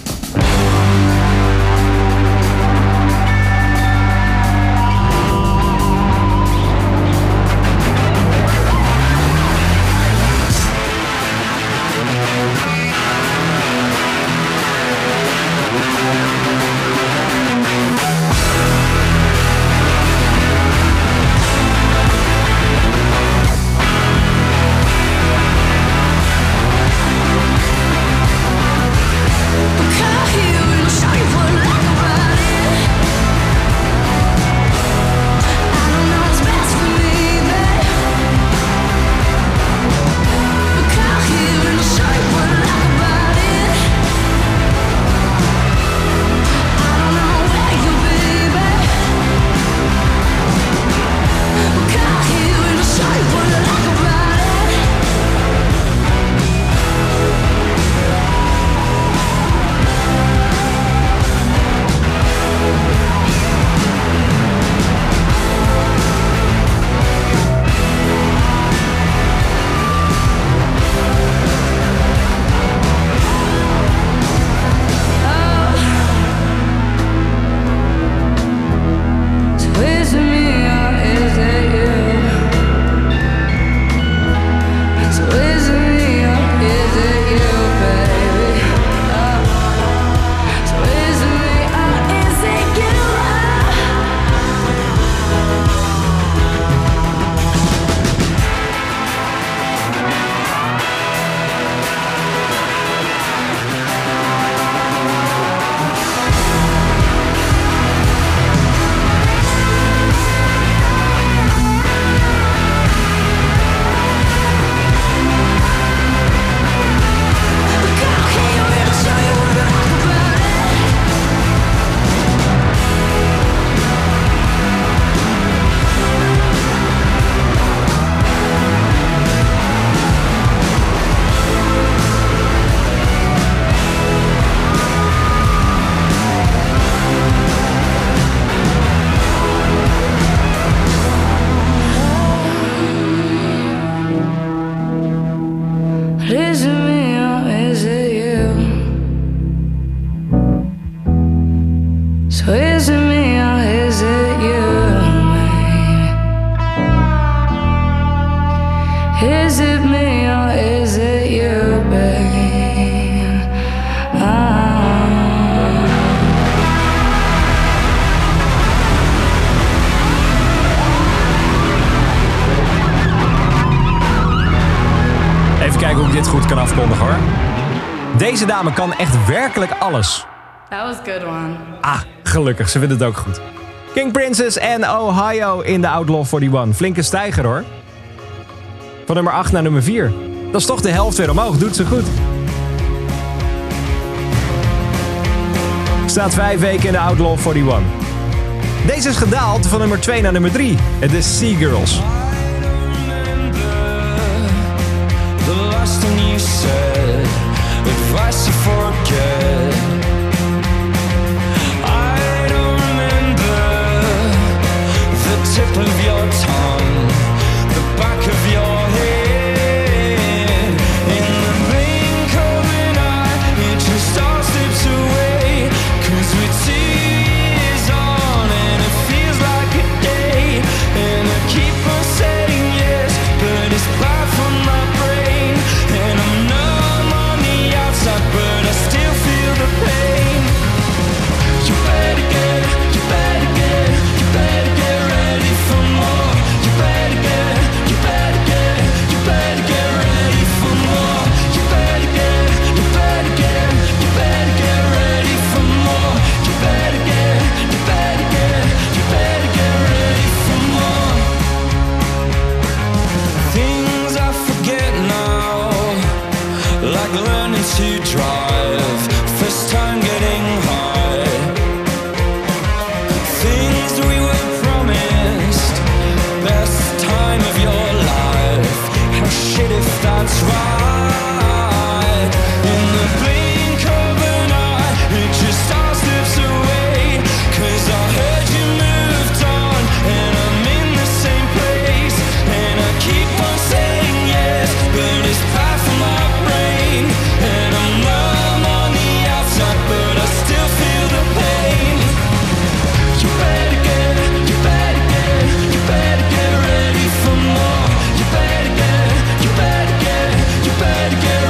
Speaker 4: Is it me or is it you, babe? Ah.
Speaker 3: Even kijken hoe ik dit goed kan afkondigen, hoor. Deze dame kan echt werkelijk alles.
Speaker 6: That was a good one.
Speaker 3: Ah, gelukkig. Ze vindt het ook goed. King Princess en Ohio in de Outlaw eenenveertig. Flinke stijger, hoor. Van nummer acht naar nummer vier. Dat is toch de helft weer omhoog. Doet ze goed. Staat vijf weken in de Outlaw eenenveertig. Deze is gedaald van nummer twee naar nummer drie. Het is Seagirls.
Speaker 9: The last thing you said, advice to forget. I don't remember the tip of your tongue, the back of your head. In the blink of an eye, it just all slips away. Cause we're two years on and it feels like a day. And I keep on saying yes, but it's bad for my brain. And I'm numb on the outside, but I still feel the pain. You better get, you better get, you better get ready for more. You better get, you better get, you better get ready for more. You better get, you better get, you better get ready for more. You better get, you better get, you better get ready for more. Things I forget now, like learning to drive, first time getting high. Things we were promised, best time of your life. How shit if that's right. In the blink of an eye, it just all slips away. Cause I heard you moved on, and I'm in the same place. And I keep on saying yes, but it's bad for my brain. And I'm numb on the outside, but I still feel the pain. You better get, you better get, you better get ready for more. You better get, you better get, you better get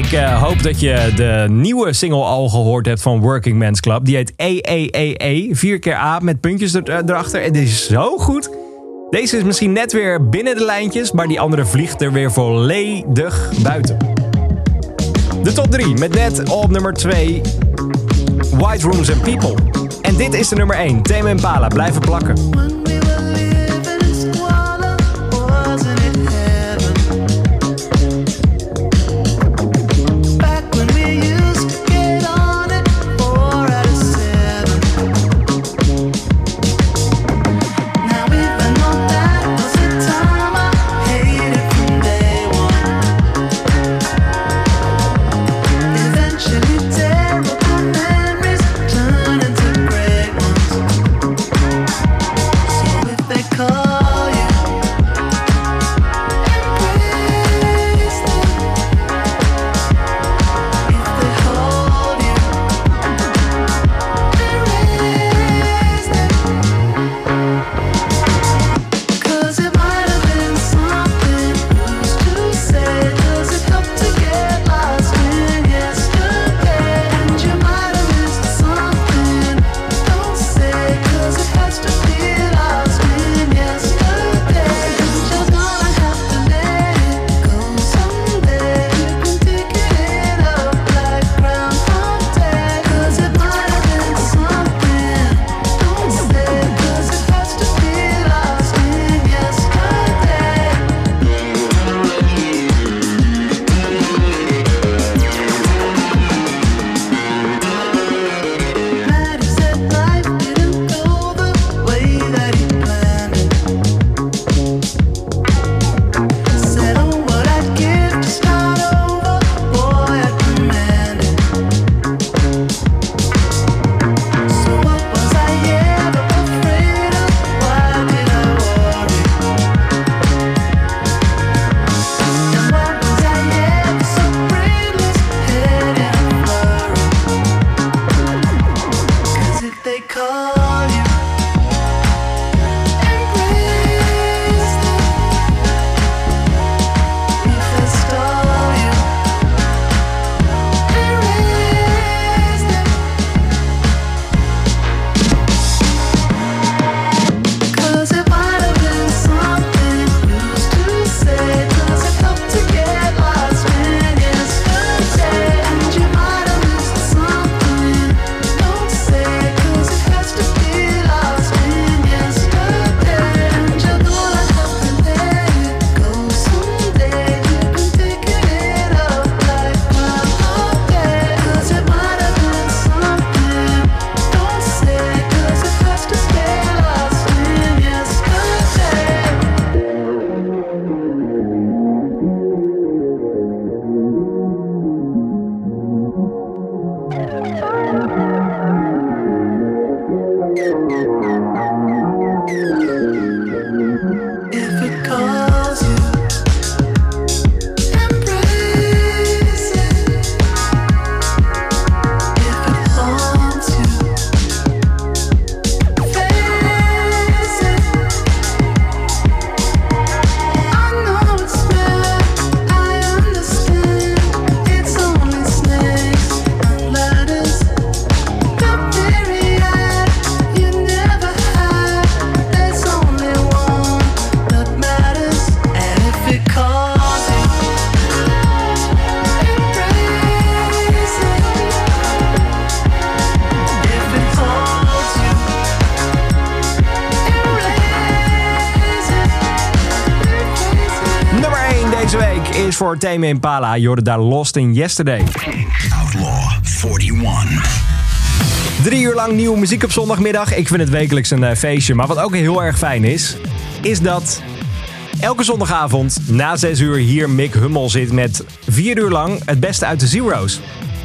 Speaker 3: Ik uh, hoop dat je de nieuwe single al gehoord hebt van Working Men's Club. Die heet E E E E. Vier keer A met puntjes er, uh, erachter. En die is zo goed. Deze is misschien net weer binnen de lijntjes, maar die andere vliegt er weer volledig buiten. De top drie met net op nummer twee White Rooms and People. En dit is de nummer één. Tame Impala, blijven plakken. Is voor Tame Impala. Je hoorde daar Lost in Yesterday.
Speaker 1: Outlaw eenenveertig.
Speaker 3: Drie uur lang nieuwe muziek op zondagmiddag. Ik vind het wekelijks een uh, feestje. Maar wat ook heel erg fijn is, is dat elke zondagavond na zes uur hier Mick Hummel zit met vier uur lang het beste uit de Zero's.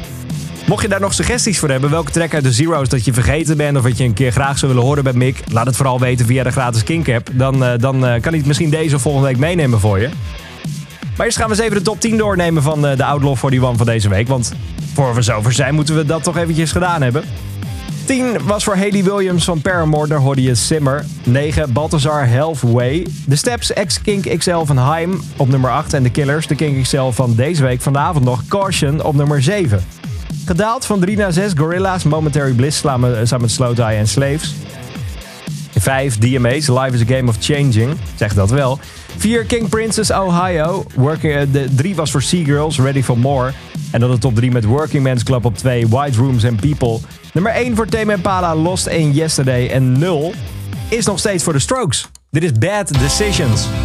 Speaker 3: Mocht je daar nog suggesties voor hebben, welke track uit de Zero's dat je vergeten bent of wat je een keer graag zou willen horen bij Mick, laat het vooral weten via de gratis Kink-app. Dan, uh, dan uh, kan hij het misschien deze of volgende week meenemen voor je. Maar eerst gaan we eens even de top tien doornemen van uh, de Outlaw eenenveertig van deze week. Want voor we zover zijn, moeten we dat toch eventjes gedaan hebben. tien was voor Hayley Williams van Paramore, daar hoorde je Simmer. negen, Balthazar Halfway. The Steps, ex-Kink X L van Haim op nummer acht. En The Killers, de Kink X L van deze week, vanavond nog, Caution op nummer zeven. Gedaald van drie naar zes, Gorilla's, Momentary Bliss samen, samen met Slow Die en Slaves. vijf, D M A's, Life is a Game of Changing. Zeg dat wel. vier, King Princess, Ohio. Working, de drie was voor Seagirls, Ready for More. En dan de top drie met Working Men's Club op twee, White Rooms and People. Nummer één voor Tame Impala, Lost in Yesterday. En nul is nog steeds voor The Strokes. Dit is Bad Decisions.